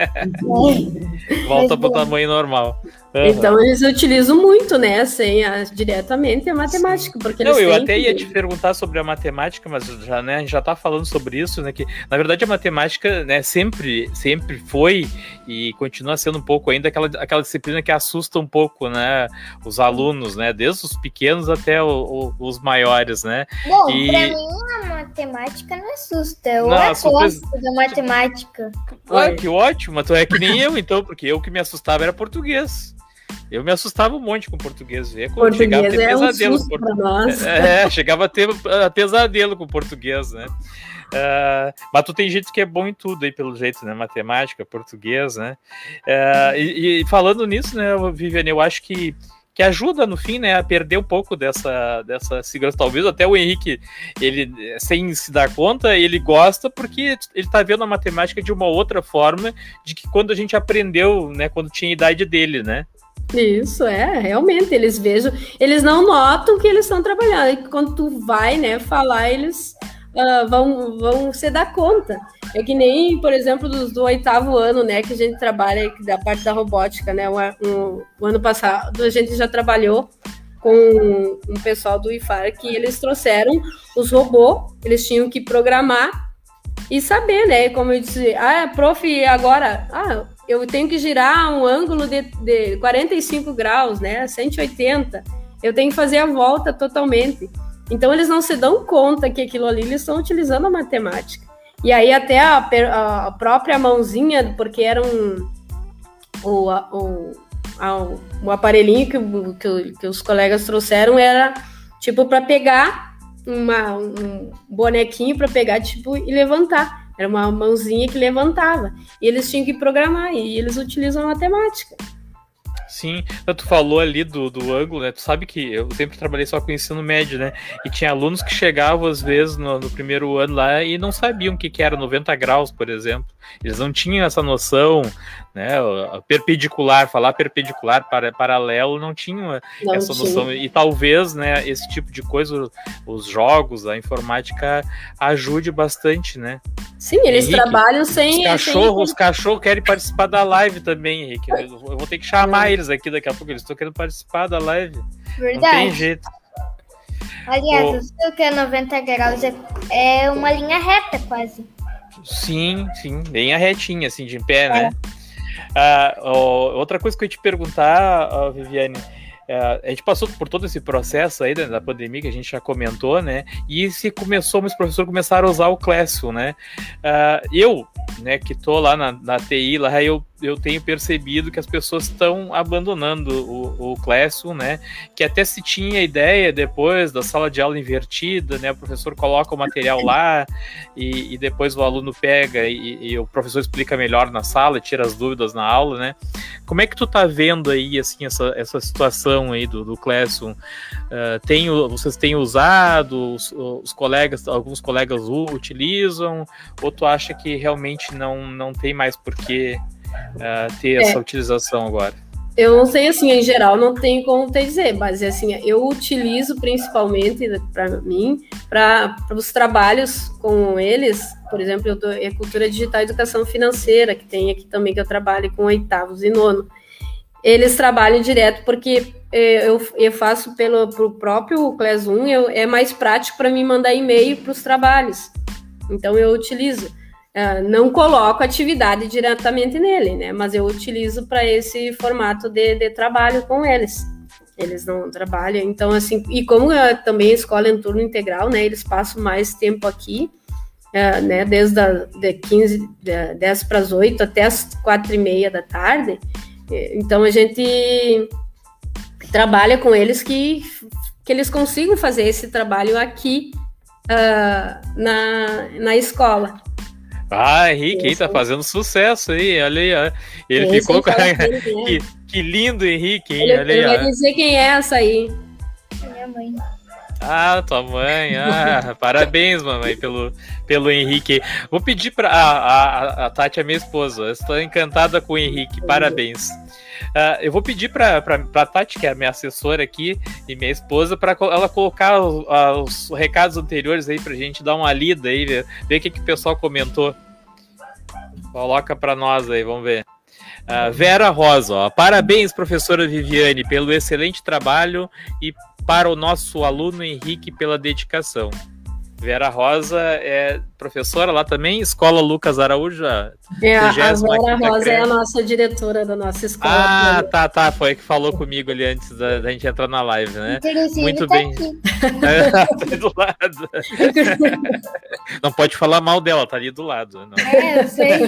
Volta pro tamanho normal. Uhum. Então eles utilizam muito, né, assim, a, diretamente a matemática, Sim. porque Não, eles eu têm até que... ia te perguntar sobre a matemática, mas já, né, a gente já tá falando sobre isso, né, que na verdade a matemática, né, sempre, sempre foi e continua sendo um pouco ainda aquela, aquela disciplina que assusta um pouco, né, os alunos, né, desde os pequenos até o, o, os maiores, né. Bom, e... pra mim a matemática não assusta, eu não, gosto super... da matemática. Ah, que ótimo, tu é que nem eu então, porque eu que me assustava era português. Eu me assustava um monte com português. Eu português chegava a ter é pesadelo um com português. É, chegava a ter uh, pesadelo com português, né? Uh, mas tu tem gente que é bom em tudo aí, pelo jeito, né? Matemática, português, né? Uh, e, e falando nisso, né, Viviane, eu acho que que ajuda, no fim, né, a perder um pouco dessa, dessa segurança. Talvez até o Henrique, ele, sem se dar conta, ele gosta porque ele tá vendo a matemática de uma outra forma de que quando a gente aprendeu, né, quando tinha a idade dele, né? Isso, é, realmente, eles vejam, eles não notam que eles estão trabalhando, e quando tu vai, né, falar, eles, uh, vão, vão se dar conta. É que nem, por exemplo, dos, do oitavo ano, né, que a gente trabalha da parte da robótica, né, o, um, o ano passado a gente já trabalhou com um pessoal do I F A R, que eles trouxeram os robôs, eles tinham que programar e saber, né, como eu disse, ah, prof, agora, ah, eu tenho que girar um ângulo de, de quarenta e cinco graus, né, cento e oitenta, eu tenho que fazer a volta totalmente. Então, eles não se dão conta que aquilo ali, eles estão utilizando a matemática. E aí, até a, a própria mãozinha, porque era um... O, o, a, o aparelhinho que, que, que os colegas trouxeram era, tipo, para pegar uma, um bonequinho para pegar, tipo, e levantar. Era uma mãozinha que levantava. E eles tinham que programar, e eles utilizam a matemática. Sim, tu falou ali do, do ângulo, né? Tu sabe que eu sempre trabalhei só com ensino médio, né? E tinha alunos que chegavam, às vezes, no, no primeiro ano lá e não sabiam o que, que era noventa graus, por exemplo. Eles não tinham essa noção, né? Perpendicular, falar perpendicular, para, paralelo, não tinham não essa tinha. noção. E talvez, né, esse tipo de coisa, os jogos, a informática ajude bastante, né? Sim, eles Henrique, trabalham sem... Os cachorros, sem... os cachorros querem participar da live também, Henrique. Eu vou ter que chamar é. eles aqui daqui a pouco, eles estão querendo participar da live. Verdade. Não tem jeito. Aliás, o... eu sei que é noventa graus, é, é uma linha reta quase. Sim, sim, bem a retinha, assim, de em pé, é. né? Ah, ó, outra coisa que eu ia te perguntar, ó, Viviane, é, a gente passou por todo esse processo aí, né, da pandemia, que a gente já comentou, né? E se começou, os professores começaram a usar o Classroom, né? Ah, eu, né, que tô lá na, na T I, lá eu eu tenho percebido que as pessoas estão abandonando o, o Classroom, né? Que até se tinha ideia depois da sala de aula invertida, né? O professor coloca o material lá e, e depois o aluno pega e, e o professor explica melhor na sala, tira as dúvidas na aula, né? Como é que tu tá vendo aí, assim, essa, essa situação aí do, do Classroom? Uh, tem, vocês têm usado, os, os colegas, alguns colegas utilizam, ou tu acha que realmente não, não tem mais porquê Uh, ter é. essa utilização agora? Eu não sei, assim, em geral, não tenho como te dizer, mas assim, eu utilizo principalmente para mim, para os trabalhos com eles, por exemplo, eu dou é Cultura Digital e Educação Financeira, que tem aqui também, que eu trabalho com oitavos e nono. Eles trabalham direto porque eu, eu faço pelo pro próprio Classroom, eu, é mais prático para mim mandar e-mail para os trabalhos, então eu utilizo. Uh, não coloco atividade diretamente nele, né? Mas eu utilizo para esse formato de, de trabalho com eles. Eles não trabalham, então assim, e como uh, também a escola é em turno integral, né? Eles passam mais tempo aqui, uh, né? Desde a, de quinze, de, dez para as oito até as quatro e meia da tarde. Então a gente trabalha com eles que, que eles consigam fazer esse trabalho aqui uh, na, na escola. Ah, Henrique, aí tá fazendo sucesso aí, olha aí, ó. Ele Esse ficou com... que, que lindo, Henrique, hein? Ele, olha aí, ele vai ó. dizer quem é essa aí. Minha mãe. Ah, tua mãe, ah, parabéns, mamãe, pelo, pelo Henrique. Vou pedir para a, a, a Tati, a minha esposa, estou encantada com o Henrique, parabéns. Uh, eu vou pedir para a Tati, que é a minha assessora aqui, e minha esposa, para ela colocar os, os recados anteriores aí para a gente dar uma lida aí, ver, ver o que, que o pessoal comentou. Coloca para nós aí, vamos ver. Uh, Vera Rosa, ó, parabéns, professora Viviane, pelo excelente trabalho e para o nosso aluno Henrique pela dedicação. Vera Rosa é professora lá também, Escola Lucas Araújo. É, a Vera Rosa é a nossa diretora da nossa escola. Ah, também. tá, tá, foi que falou comigo ali antes da, da gente entrar na live, né? Muito tá bem. Tá ali do lado. Não pode falar mal dela, tá ali do lado. Não. É, eu sei.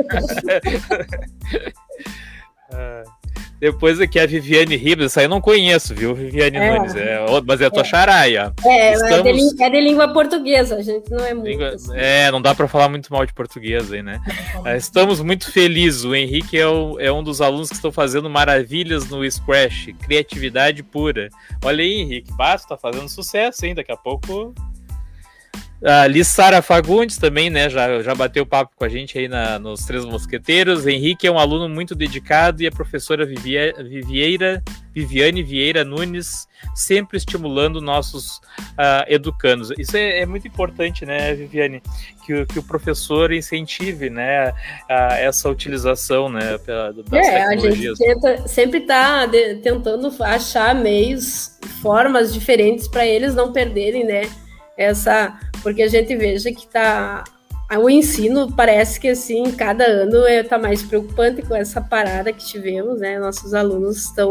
ah. Depois aqui a Viviane Ribas, essa aí eu não conheço, viu, Viviane é, Nunes, é, mas é a tua é. xaraia. É, Estamos... é, de, é de língua portuguesa, a gente não é muito. Língua... Assim. É, não dá para falar muito mal de português aí, né? Estamos muito felizes, o Henrique é, o, é um dos alunos que estão fazendo maravilhas no Scratch, criatividade pura. Olha aí, Henrique, basta, tá fazendo sucesso, hein, daqui a pouco... A Lissara Fagundes também, né, já, já bateu papo com a gente aí na, nos Três Mosqueteiros. Henrique é um aluno muito dedicado e a professora Vivie, Vivieira, Viviane Vieira Nunes, sempre estimulando nossos uh, educandos. Isso é, é muito importante, né, Viviane, que, que o professor incentive, né, a, essa utilização, né, das é, tecnologias. A gente tenta, sempre está tentando achar meios, formas diferentes para eles não perderem, né, essa, porque a gente veja que tá, o ensino parece que assim, cada ano está é, mais preocupante com essa parada que tivemos, né, nossos alunos estão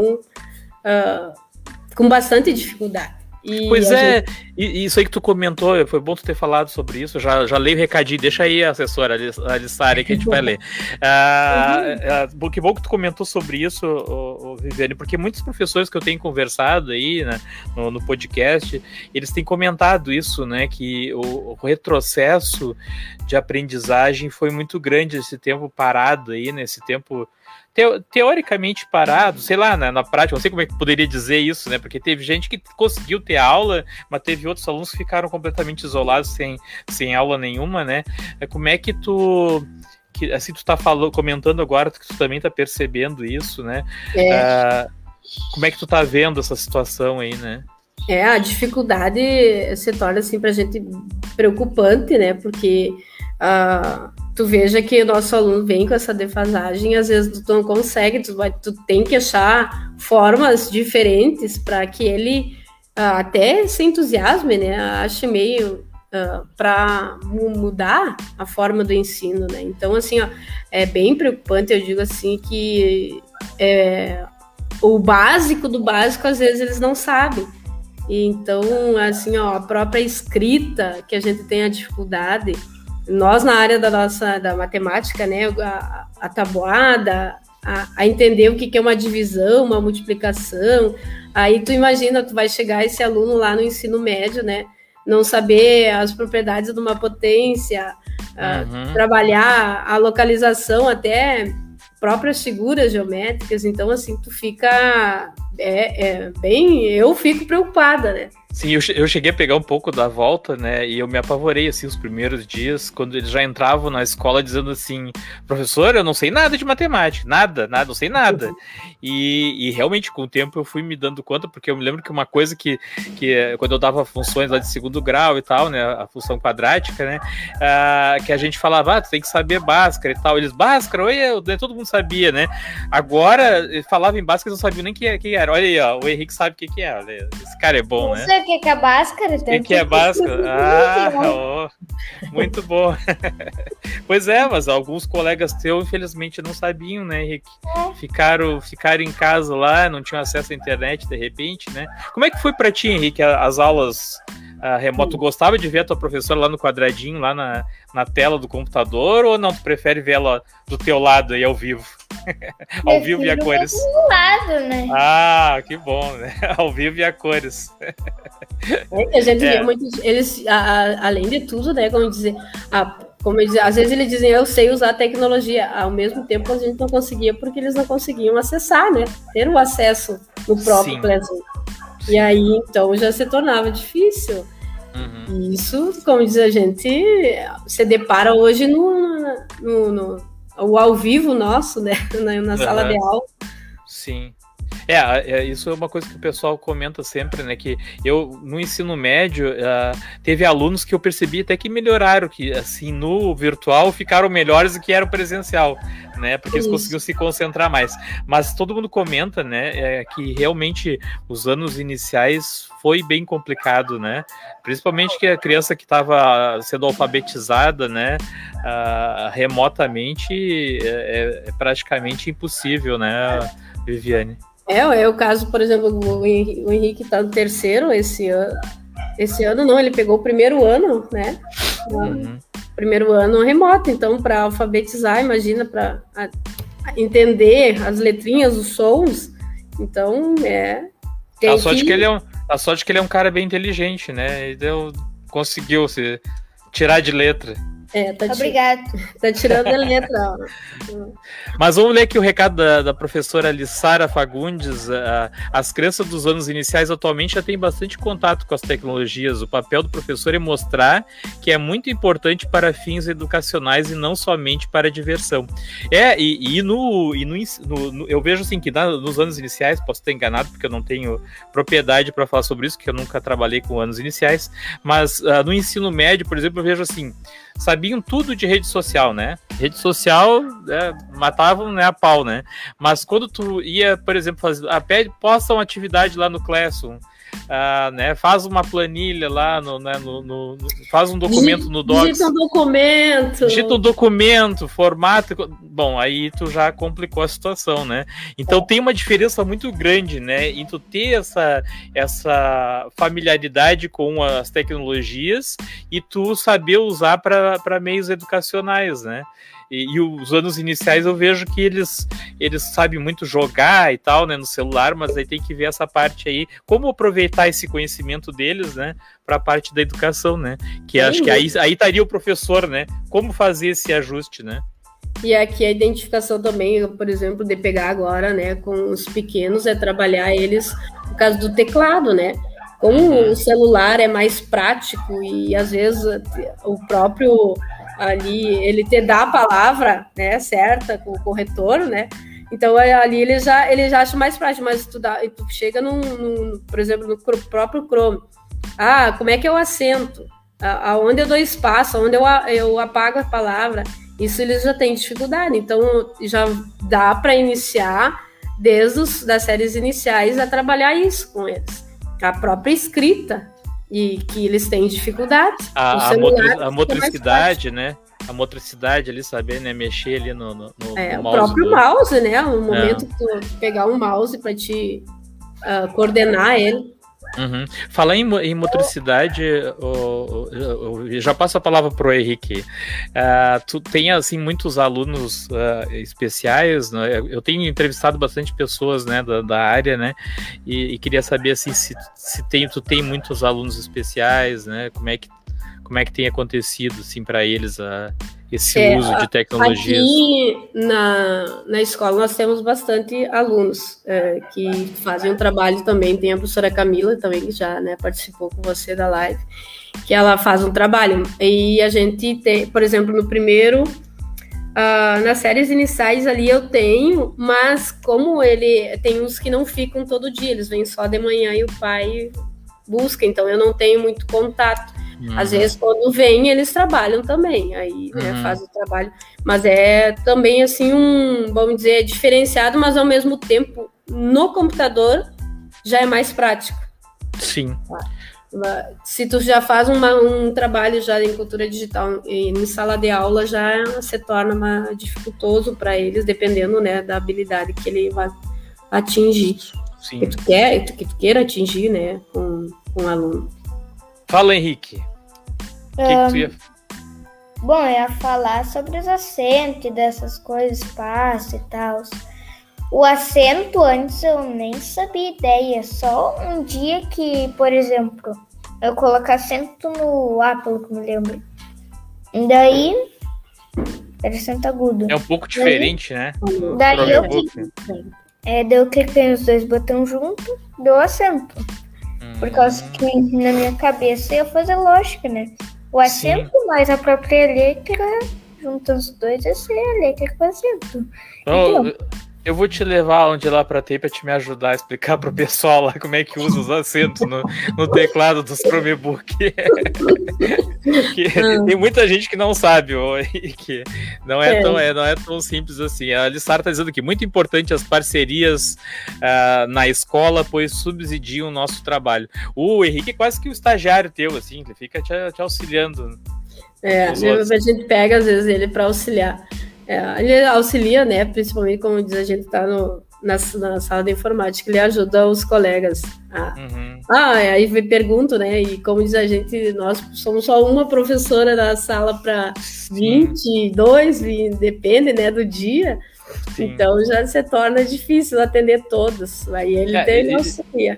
uh, com bastante dificuldade. E pois é, gente... e isso aí que tu comentou, foi bom tu ter falado sobre isso, já, já leio o recadinho, deixa aí a assessora, a Lissari, que a gente vai ler. Ah, uhum. Que bom que tu comentou sobre isso, ô, ô, Viviane, porque muitos professores que eu tenho conversado aí, né, no, no podcast, eles têm comentado isso, né, que o, o retrocesso de aprendizagem foi muito grande esse tempo parado aí, nesse tempo... teoricamente parado, sei lá, na, na prática, não sei como é que poderia dizer isso, né, porque teve gente que conseguiu ter aula, mas teve outros alunos que ficaram completamente isolados, sem, sem aula nenhuma, né, como é que tu, que, assim, tu tá falando, comentando agora que tu também tá percebendo isso, né, é. uh, como é que tu tá vendo essa situação aí, né? É, a dificuldade se torna, assim, pra gente preocupante, né, porque uh, tu veja que o nosso aluno vem com essa defasagem, às vezes tu não consegue, tu, vai, tu tem que achar formas diferentes para que ele uh, até se entusiasme, né, ache meio uh, para mudar a forma do ensino, né, então, assim, ó, é bem preocupante, eu digo assim, que é, o básico do básico, às vezes, eles não sabem. Então, assim, ó, a própria escrita, que a gente tem a dificuldade, nós na área da nossa da matemática, né, a, a tabuada, a, a entender o que, que é uma divisão, uma multiplicação, aí tu imagina, tu vai chegar esse aluno lá no ensino médio, né, não saber as propriedades de uma potência, uhum. uh, trabalhar a localização até próprias figuras geométricas, então assim, tu fica é, é bem, eu fico preocupada, né? Sim, eu, eu cheguei a pegar um pouco da volta, né, e eu me apavorei, assim, os primeiros dias, quando eles já entravam na escola dizendo assim, professor, eu não sei nada de matemática, nada, nada, não sei nada. E, e realmente, com o tempo, eu fui me dando conta, porque eu me lembro que uma coisa que, que quando eu dava funções lá de segundo grau e tal, né, a função quadrática, né, uh, que a gente falava, ah, tu tem que saber Bhaskara e tal. Eles, Bhaskara, oi, todo mundo sabia, né. Agora, falava em Bhaskara, eles não sabiam nem quem, quem era. Olha aí, ó, o Henrique sabe o que, que é, olha, esse cara é bom, né. O que é Bhaskara? O que, que é Bhaskara? Ah, oh, muito bom. Pois é, mas alguns colegas teus, infelizmente, não sabiam, né, Henrique? É. Ficaram, ficaram em casa lá, não tinham acesso à internet, de repente, né? Como é que foi pra ti, Henrique, as aulas uh, remoto? Tu gostava de ver a tua professora lá no quadradinho, lá na, na tela do computador, ou não? Tu prefere ver ela do teu lado aí, ao vivo? Ao vivo e a cores. Do lado, né? Ah, que bom, né? Ao vivo e a cores. É, a gente é. vê muito, eles, a, a, além de tudo, né, como dizer, a, como dizer, às vezes eles dizem, eu sei usar a tecnologia, ao mesmo tempo a gente não conseguia, porque eles não conseguiam acessar, né, ter o acesso no próprio Classroom. E aí, então, já se tornava difícil. Uhum. E isso, como diz a gente, se depara hoje no, no, no o ao vivo nosso, né, na, na sala uhum. de aula. Sim. É, é, isso é uma coisa que o pessoal comenta sempre, né, que eu, no ensino médio, uh, teve alunos que eu percebi até que melhoraram, que, assim, no virtual ficaram melhores do que era o presencial, né, porque isso. Eles conseguiam se concentrar mais. Mas todo mundo comenta, né, é, que realmente os anos iniciais foi bem complicado, né, principalmente que a criança que estava sendo alfabetizada, né, uh, remotamente, é, é praticamente impossível, né, Viviane? É, é o caso, por exemplo, o Henrique está no terceiro esse ano. Esse ano não, ele pegou o primeiro ano, né? Uhum. Primeiro ano remoto, então, para alfabetizar, imagina, para entender as letrinhas, os sons. Então, é. Tem a, sorte que... que ele é um, a sorte que ele é um cara bem inteligente, né? Ele deu, conseguiu se tirar de letra. É, tá Obrigado. Tá tirando a letra. Mas vamos ler aqui o recado da, da professora Lissara Fagundes. Uh, as crianças dos anos iniciais atualmente já têm bastante contato com as tecnologias. O papel do professor é mostrar que é muito importante para fins educacionais e não somente para diversão. É, e, e, no, e no, no, no, eu vejo assim que na, nos anos iniciais, posso estar enganado porque eu não tenho propriedade para falar sobre isso, porque eu nunca trabalhei com anos iniciais, mas uh, no ensino médio, por exemplo, eu vejo assim, sabiam tudo de rede social, né? Rede social, é, matavam, né, a pau, né? Mas quando tu ia, por exemplo, fazer, ah, pede, posta uma atividade lá no Classroom, ah, né, faz uma planilha lá, no, né, no, no, no, faz um documento no Docs. Digita um documento. Digita um documento, formato. Bom, aí tu já complicou a situação, né? Então é. tem uma diferença muito grande, né? Em tu ter essa, essa familiaridade com as tecnologias e tu saber usar para meios educacionais, né? E, e os anos iniciais eu vejo que eles, eles sabem muito jogar e tal, né, no celular, mas aí tem que ver essa parte aí, como aproveitar esse conhecimento deles, né, para a parte da educação, né, que Sim. acho que aí, aí estaria o professor, né, como fazer esse ajuste, né. E aqui a identificação também, por exemplo, de pegar agora, né, com os pequenos, é trabalhar eles no caso do teclado, né, como uhum. o celular é mais prático e às vezes o próprio ali ele te dá a palavra, né, certa com o corretor, né, então ali ele já ele já acha mais prático, mas tu, dá, tu chega num, num, por exemplo, no próprio Chrome, ah, como é que eu assento, aonde eu dou espaço, aonde eu, eu apago a palavra, isso eles já têm dificuldade, então já dá para iniciar desde os, das séries iniciais a trabalhar isso com eles, a própria escrita, e que eles têm dificuldade. A, a, motri a motricidade, né? A motricidade ali, saber, né? Mexer ali no, no, no é, mouse. O próprio do... mouse, né? No momento é. que tu pegar um mouse para te uh, coordenar ele. Uhum. Falar em, em motricidade, eu, eu, eu já passo a palavra pro Henrique. Uh, tu tem assim muitos alunos uh, especiais, né? Eu tenho entrevistado bastante pessoas, né, da, da área, né? E, e queria saber assim se, se tem, tu tem muitos alunos especiais, né? Como é que como é que tem acontecido assim para eles a esse é, uso de tecnologias? Aqui na, na escola nós temos bastante alunos é, que fazem um trabalho também. Tem a professora Camila também, que já, né, participou com você da live, que ela faz um trabalho. E a gente tem, por exemplo, no primeiro, uh, nas séries iniciais ali eu tenho, mas como ele tem uns que não ficam todo dia, eles vêm só de manhã e o pai busca, então eu não tenho muito contato. Uhum. Às vezes, quando vem, eles trabalham também, aí, né, uhum. fazem o trabalho, mas é também, assim, um, vamos dizer, diferenciado, mas ao mesmo tempo, no computador, já é mais prático. Sim. Se tu já faz uma, um trabalho já em cultura digital em sala de aula, já se torna mais dificultoso para eles, dependendo, né, da habilidade que ele vai atingir. Sim. Que tu quer, que tu queira atingir, né, com, com o aluno. Fala, Henrique. O que, um, que tu ia... Bom, eu ia falar sobre os acentos e dessas coisas, espaço e tal. O acento, antes eu nem sabia ideia. Só um dia que, por exemplo, eu coloquei acento no A, pelo que me lembro. E daí, era acento agudo. É um pouco diferente, daí, né? Daí eu, cliquei, é, daí eu cliquei nos dois botões juntos, deu acento. Por causa que na minha cabeça ia fazer lógica, né? O acento Sim. mais a própria letra, juntando os dois, ia ser a letra com acento. Oh, então, eu vou te levar onde lá pra ter pra te me ajudar a explicar pro pessoal lá como é que usa os acentos no, no teclado dos Chromebook. Tem muita gente que não sabe, oh, que não é, é. Tão, é, não é tão simples assim. A Lissara tá dizendo que muito importante as parcerias uh, na escola, pois subsidiam o nosso trabalho. O Henrique é quase que o estagiário teu, assim, ele fica te, te auxiliando. É, a gente pega às vezes ele para auxiliar. É, ele auxilia, né? Principalmente, como diz, a gente está na, na sala de informática, ele ajuda os colegas. A, uhum. Ah, aí me pergunto, né? E como diz a gente, nós somos só uma professora na sala para vinte e dois, depende, né, do dia. Sim. Então já se torna difícil atender todos. Aí ele, é, ele auxilia.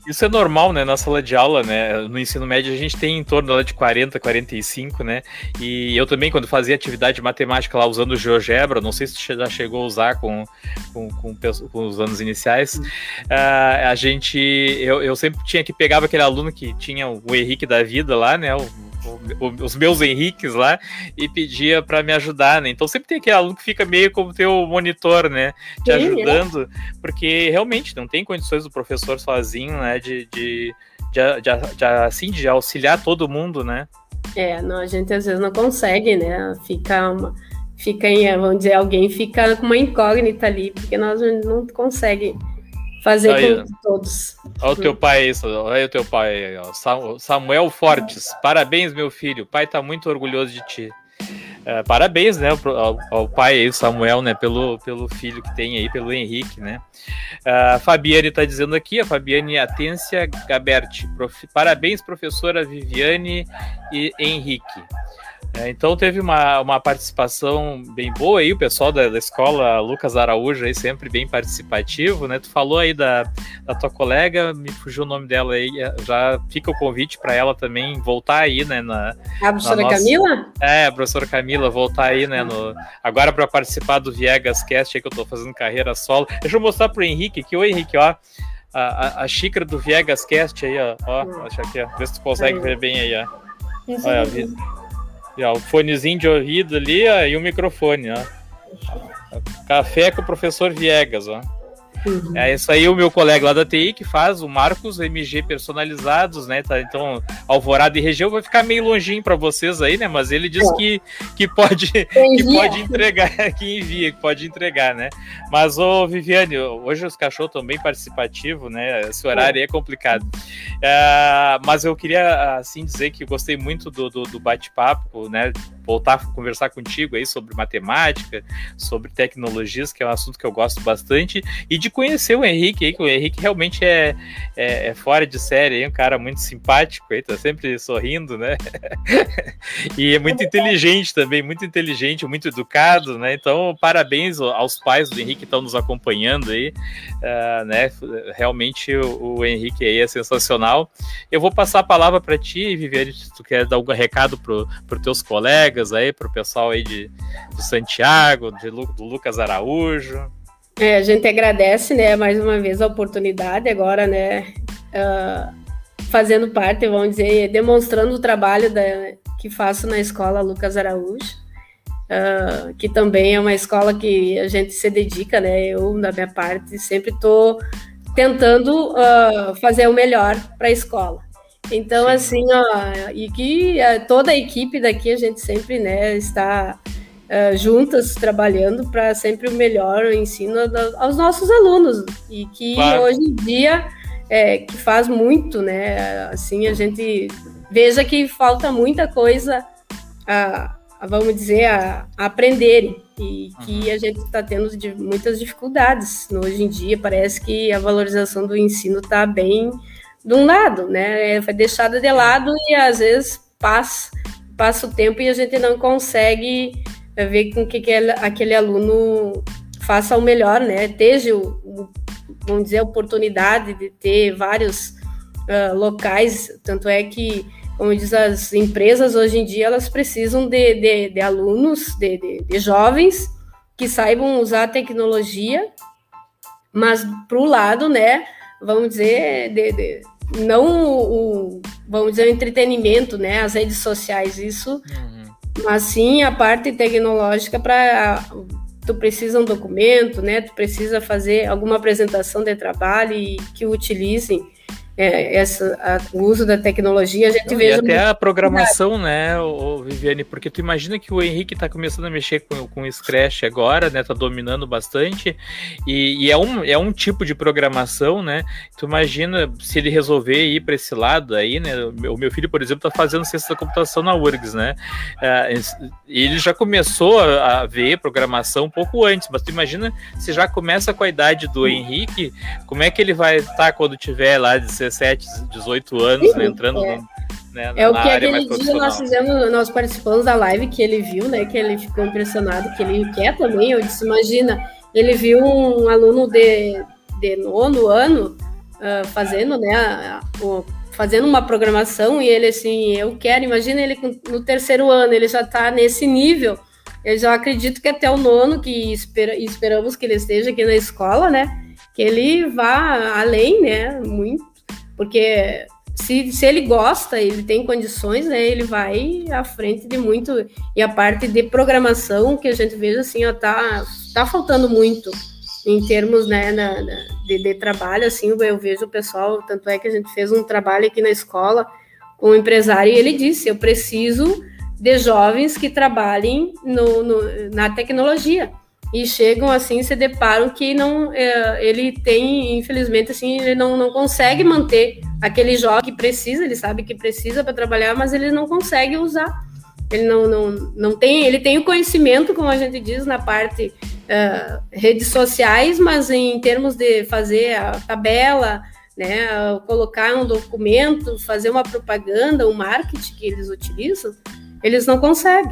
Isso é normal, né, na sala de aula, né, no ensino médio a gente tem em torno lá de quarenta, quarenta e cinco, né, e eu também quando fazia atividade de matemática lá usando o GeoGebra, não sei se você já chegou a usar com, com, com, com os anos iniciais, uh, a gente, eu, eu sempre tinha que pegava aquele aluno que tinha o Henrique da vida lá, né, o, o, os meus Henriques lá, e pedia para me ajudar, né, então sempre tem aquele aluno que fica meio como teu monitor, né, te ajudando, porque realmente não tem condições do professor sozinho, né, de, de, de, de, de, assim, de auxiliar todo mundo, né. É, não, a gente às vezes não consegue, né, fica, uma, fica em, vamos dizer, alguém fica com uma incógnita ali, porque nós não consegue fazer aí, com todos. Olha o teu pai, olha o teu pai, ó, Samuel Fortes, parabéns, meu filho, o pai tá muito orgulhoso de ti. Uh, parabéns, né, ao, ao pai aí, o Samuel, né, pelo, pelo filho que tem aí, pelo Henrique, né. Uh, a Fabiane tá dizendo aqui, a Fabiane Atência Gaberti, prof, parabéns, professora Viviane e Henrique. Uh, então teve uma, uma participação bem boa aí, o pessoal da, da escola Lucas Araújo aí sempre bem participativo, né, tu falou aí da, da tua colega, me fugiu o nome dela aí, já fica o convite para ela também voltar aí, né, na... A professora nossa... Camila? É, a professora Camila, voltar aí, né, no... agora para participar do Viegas Cast aí que eu tô fazendo carreira solo. Deixa eu mostrar pro Henrique aqui, ô Henrique, ó, a, a, a xícara do Viegas Cast aí, ó, ó, hum. Acho aqui, ó, vê se tu consegue aí ver bem aí, ó. Olha, e, ó, o fonezinho de ouvido ali, ó, e o microfone, ó. Café com o professor Viegas, ó. Uhum. É isso aí, o meu colega lá da T I que faz o Marcos M G personalizados, né? Tá, então, Alvorada e região vai ficar meio longinho para vocês aí, né? Mas ele diz é. que, que, pode, que pode entregar, que envia, que pode entregar, né? Mas, ô Viviane, hoje os cachorros estão bem participativos, né? Esse horário é, é complicado. Uh, mas eu queria, assim, dizer que eu gostei muito do, do, do bate-papo, né? Voltar a conversar contigo aí sobre matemática, sobre tecnologias, que é um assunto que eu gosto bastante, e de conhecer o Henrique aí, que o Henrique realmente é, é, é fora de série, aí, um cara muito simpático, aí, tá sempre sorrindo, né? E é muito inteligente também, muito inteligente, muito educado, né? Então, parabéns aos pais do Henrique que estão nos acompanhando aí, uh, né? Realmente o, o Henrique aí é sensacional. Eu vou passar a palavra para ti, Viviane, se tu quer dar algum recado pro, pro teus colegas aí, pro pessoal aí de, de Santiago, de, do Lucas Araújo. É, a gente agradece, né, mais uma vez a oportunidade agora, né, uh, fazendo parte, vamos dizer, demonstrando o trabalho da, que faço na escola Lucas Araújo, uh, que também é uma escola que a gente se dedica, né, eu, da minha parte, sempre estou tentando uh, fazer o melhor para a escola. Então, sim, assim, ó, e que uh, toda a equipe daqui, a gente sempre, né, está... Uh, juntas trabalhando para sempre o melhor o ensino do, aos nossos alunos, e que claro, hoje em dia é, que faz muito, né, assim, a gente veja que falta muita coisa a, a vamos dizer, a, a aprenderem, e que a gente está tendo de, muitas dificuldades hoje em dia. Parece que a valorização do ensino está bem de um lado, né, foi deixada de lado, e às vezes passa, passa o tempo e a gente não consegue ver com que aquele, aquele aluno faça o melhor, né? Esteja, o, vamos dizer, a oportunidade de ter vários uh, locais, tanto é que, como diz, as empresas hoje em dia, elas precisam de, de, de alunos, de, de, de jovens que saibam usar a tecnologia, mas para o lado, né, vamos dizer, de, de, não o, vamos dizer, o entretenimento, né, as redes sociais, isso... Uhum. Mas sim a parte tecnológica para... Tu precisa um documento, né? Tu precisa fazer alguma apresentação de trabalho e que utilizem é, essa, a, o uso da tecnologia. A gente vê até a programação, né, o Viviane? Porque tu imagina que o Henrique está começando a mexer com, com o Scratch agora, né? Tá dominando bastante. E, e é, um, é um tipo de programação, né? Tu imagina se ele resolver ir para esse lado aí, né? O meu filho, por exemplo, tá fazendo ciência da computação na U R G S, né? Uh, ele já começou a, a ver programação um pouco antes, mas tu imagina se já começa com a idade do Henrique, como é que ele vai estar tá quando tiver lá dezessete, dezoito anos, né, entrando é. no, né, é o que aquele dia nós fizemos, nós participamos da live que ele viu, né, que ele ficou impressionado, que ele quer também. Eu disse, imagina, ele viu um aluno de, de nono ano uh, fazendo, né, a, a, o, fazendo uma programação, e ele assim, eu quero, imagina ele no terceiro ano, ele já está nesse nível, eu já acredito que até o nono, que espera, esperamos que ele esteja aqui na escola, né, que ele vá além, né, muito, porque se, se ele gosta, ele tem condições, né, ele vai à frente de muito, e a parte de programação, que a gente veja assim, ó, tá, tá faltando muito, em termos, né, na, na, de, de trabalho, assim, eu vejo o pessoal, tanto é que a gente fez um trabalho aqui na escola com um empresário, e ele disse, eu preciso de jovens que trabalhem no, no, na tecnologia, e chegam, assim, se deparam que não, é, ele tem, infelizmente, assim, ele não, não consegue manter aquele jovem que precisa, ele sabe que precisa para trabalhar, mas ele não consegue usar, ele não, não, não tem, ele tem o conhecimento, como a gente diz, na parte uh, redes sociais, mas em termos de fazer a tabela, né, colocar um documento, fazer uma propaganda, um marketing que eles utilizam, eles não conseguem.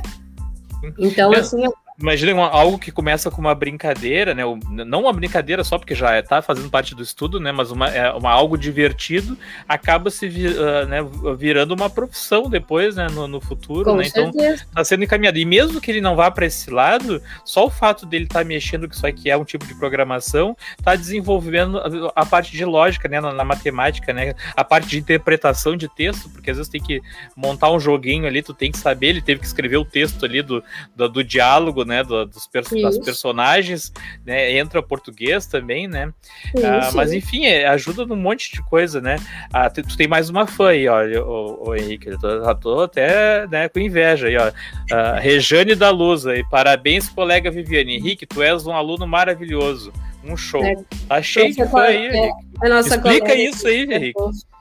Então, é. assim... Imagina algo que começa com uma brincadeira, né? Não uma brincadeira só porque já está fazendo parte do estudo, né? Mas uma, é, uma, algo divertido acaba se vir, uh, né, virando uma profissão depois, né? No, no futuro, com né? Então está sendo encaminhado. E mesmo que ele não vá para esse lado, só o fato dele estar tá mexendo, que isso aqui é um tipo de programação, está desenvolvendo a, a parte de lógica, né? Na, na matemática, né? A parte de interpretação de texto, porque às vezes tem que montar um joguinho ali, tu tem que saber, ele teve que escrever o texto ali do, do, do diálogo, né, do, dos perso das personagens, né, entra português também, né, ah, mas enfim, é, ajuda num monte de coisa, né, ah, tu, tu tem mais uma fã aí, ó, o, o Henrique, eu tô, já tô até, né, com inveja aí, ó, ah, Rejane da Luz aí, parabéns, colega Viviane, Henrique, tu és um aluno maravilhoso, um show, é, tá cheio de fã aí, Henrique, é, é explica isso aí, Henrique.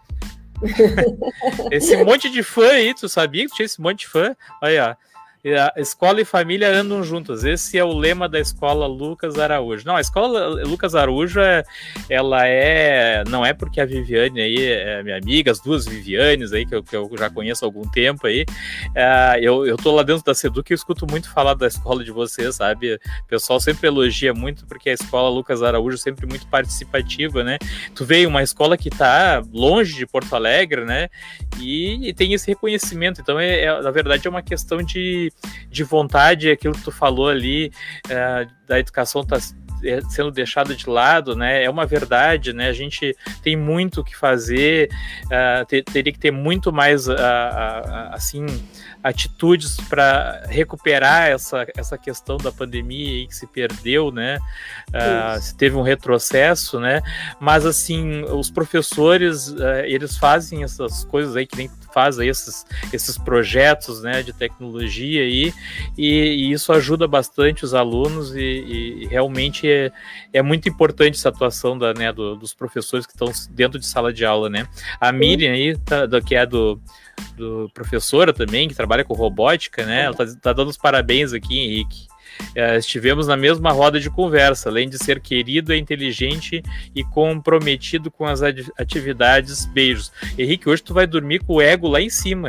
Esse monte de fã aí, tu sabia que tinha esse monte de fã? Olha, ó. A escola e família andam juntas. Esse é o lema da escola Lucas Araújo. Não, a escola Lucas Araújo é, ela é, não é porque a Viviane aí é minha amiga, as duas Vivianes aí que eu, que eu já conheço há algum tempo aí. É, eu, eu tô lá dentro da Seduc e eu escuto muito falar da escola de vocês, sabe? O pessoal sempre elogia muito porque a escola Lucas Araújo é sempre muito participativa, né? Tu veio uma escola que tá longe de Porto Alegre, né? E, e tem esse reconhecimento. Então, é, é, na verdade, é uma questão de de vontade, aquilo que tu falou ali, é, da educação tá sendo deixada de lado, né, é uma verdade, né, a gente tem muito o que fazer, uh, ter, teria que ter muito mais, uh, uh, assim, atitudes para recuperar essa, essa questão da pandemia aí que se perdeu, né, uh, se teve um retrocesso, né, mas assim, os professores, uh, eles fazem essas coisas aí que nem faz aí esses, esses projetos, né, de tecnologia aí, e, e isso ajuda bastante os alunos e, e realmente é, é muito importante essa atuação da, né, do, dos professores que estão dentro de sala de aula, né. A Miriam aí, tá, do, que é do, do professora também, que trabalha com robótica, né, ela tá, tá dando os parabéns aqui, Henrique. Uh, estivemos na mesma roda de conversa, além de ser querido, é inteligente e comprometido com as atividades. Beijos. Henrique, hoje tu vai dormir com o ego lá em cima.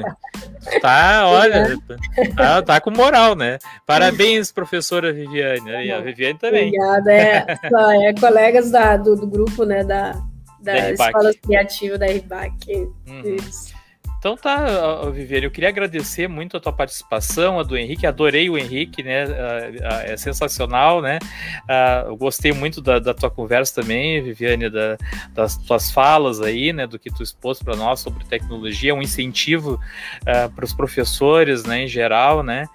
Tá, olha, tá, tá com moral, né? Parabéns, professora Viviane. E a Viviane também. Obrigada, é, é colegas da, do, do grupo, né, da, da, da Escola Criativa da R B A C. Uhum. Isso. Então tá, Viviane, eu queria agradecer muito a tua participação, a do Henrique, adorei o Henrique, né, é sensacional, né, eu gostei muito da, da tua conversa também, Viviane, da, das tuas falas aí, né, do que tu expôs para nós sobre tecnologia, um incentivo uh, para os professores, né, em geral, né,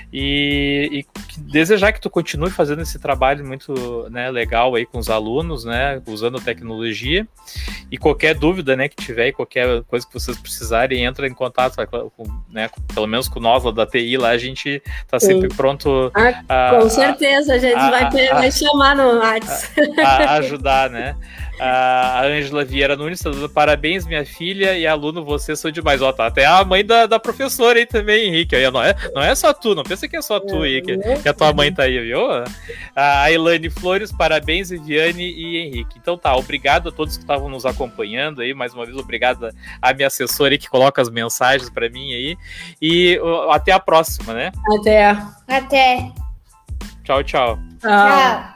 e, e desejar que tu continue fazendo esse trabalho muito, né, legal aí com os alunos, né, usando a tecnologia, e qualquer dúvida, né, que tiver, qualquer coisa que vocês precisarem, entra em contato, com, né, pelo menos com nós lá da T I, lá a gente tá sempre Sim. pronto ah, a, com certeza, a gente a, vai, ter, a, vai chamar no WhatsApp. A, a ajudar, né? A Ângela Vieira Nunes está dando parabéns, minha filha e aluno, vocês são demais. Ó, tá até a mãe da, da professora aí também, Henrique. Aí, não, é, não é só tu, não pensa que é só tu aí, que, que a tua mãe tá aí, viu? A Elaine Flores, parabéns, Viviane e Henrique. Então tá, obrigado a todos que estavam nos acompanhando aí, mais uma vez, obrigado a minha assessora aí que coloca as mensagens para mim aí. E uh, até a próxima, né? Até. Até. Tchau, tchau. Tchau.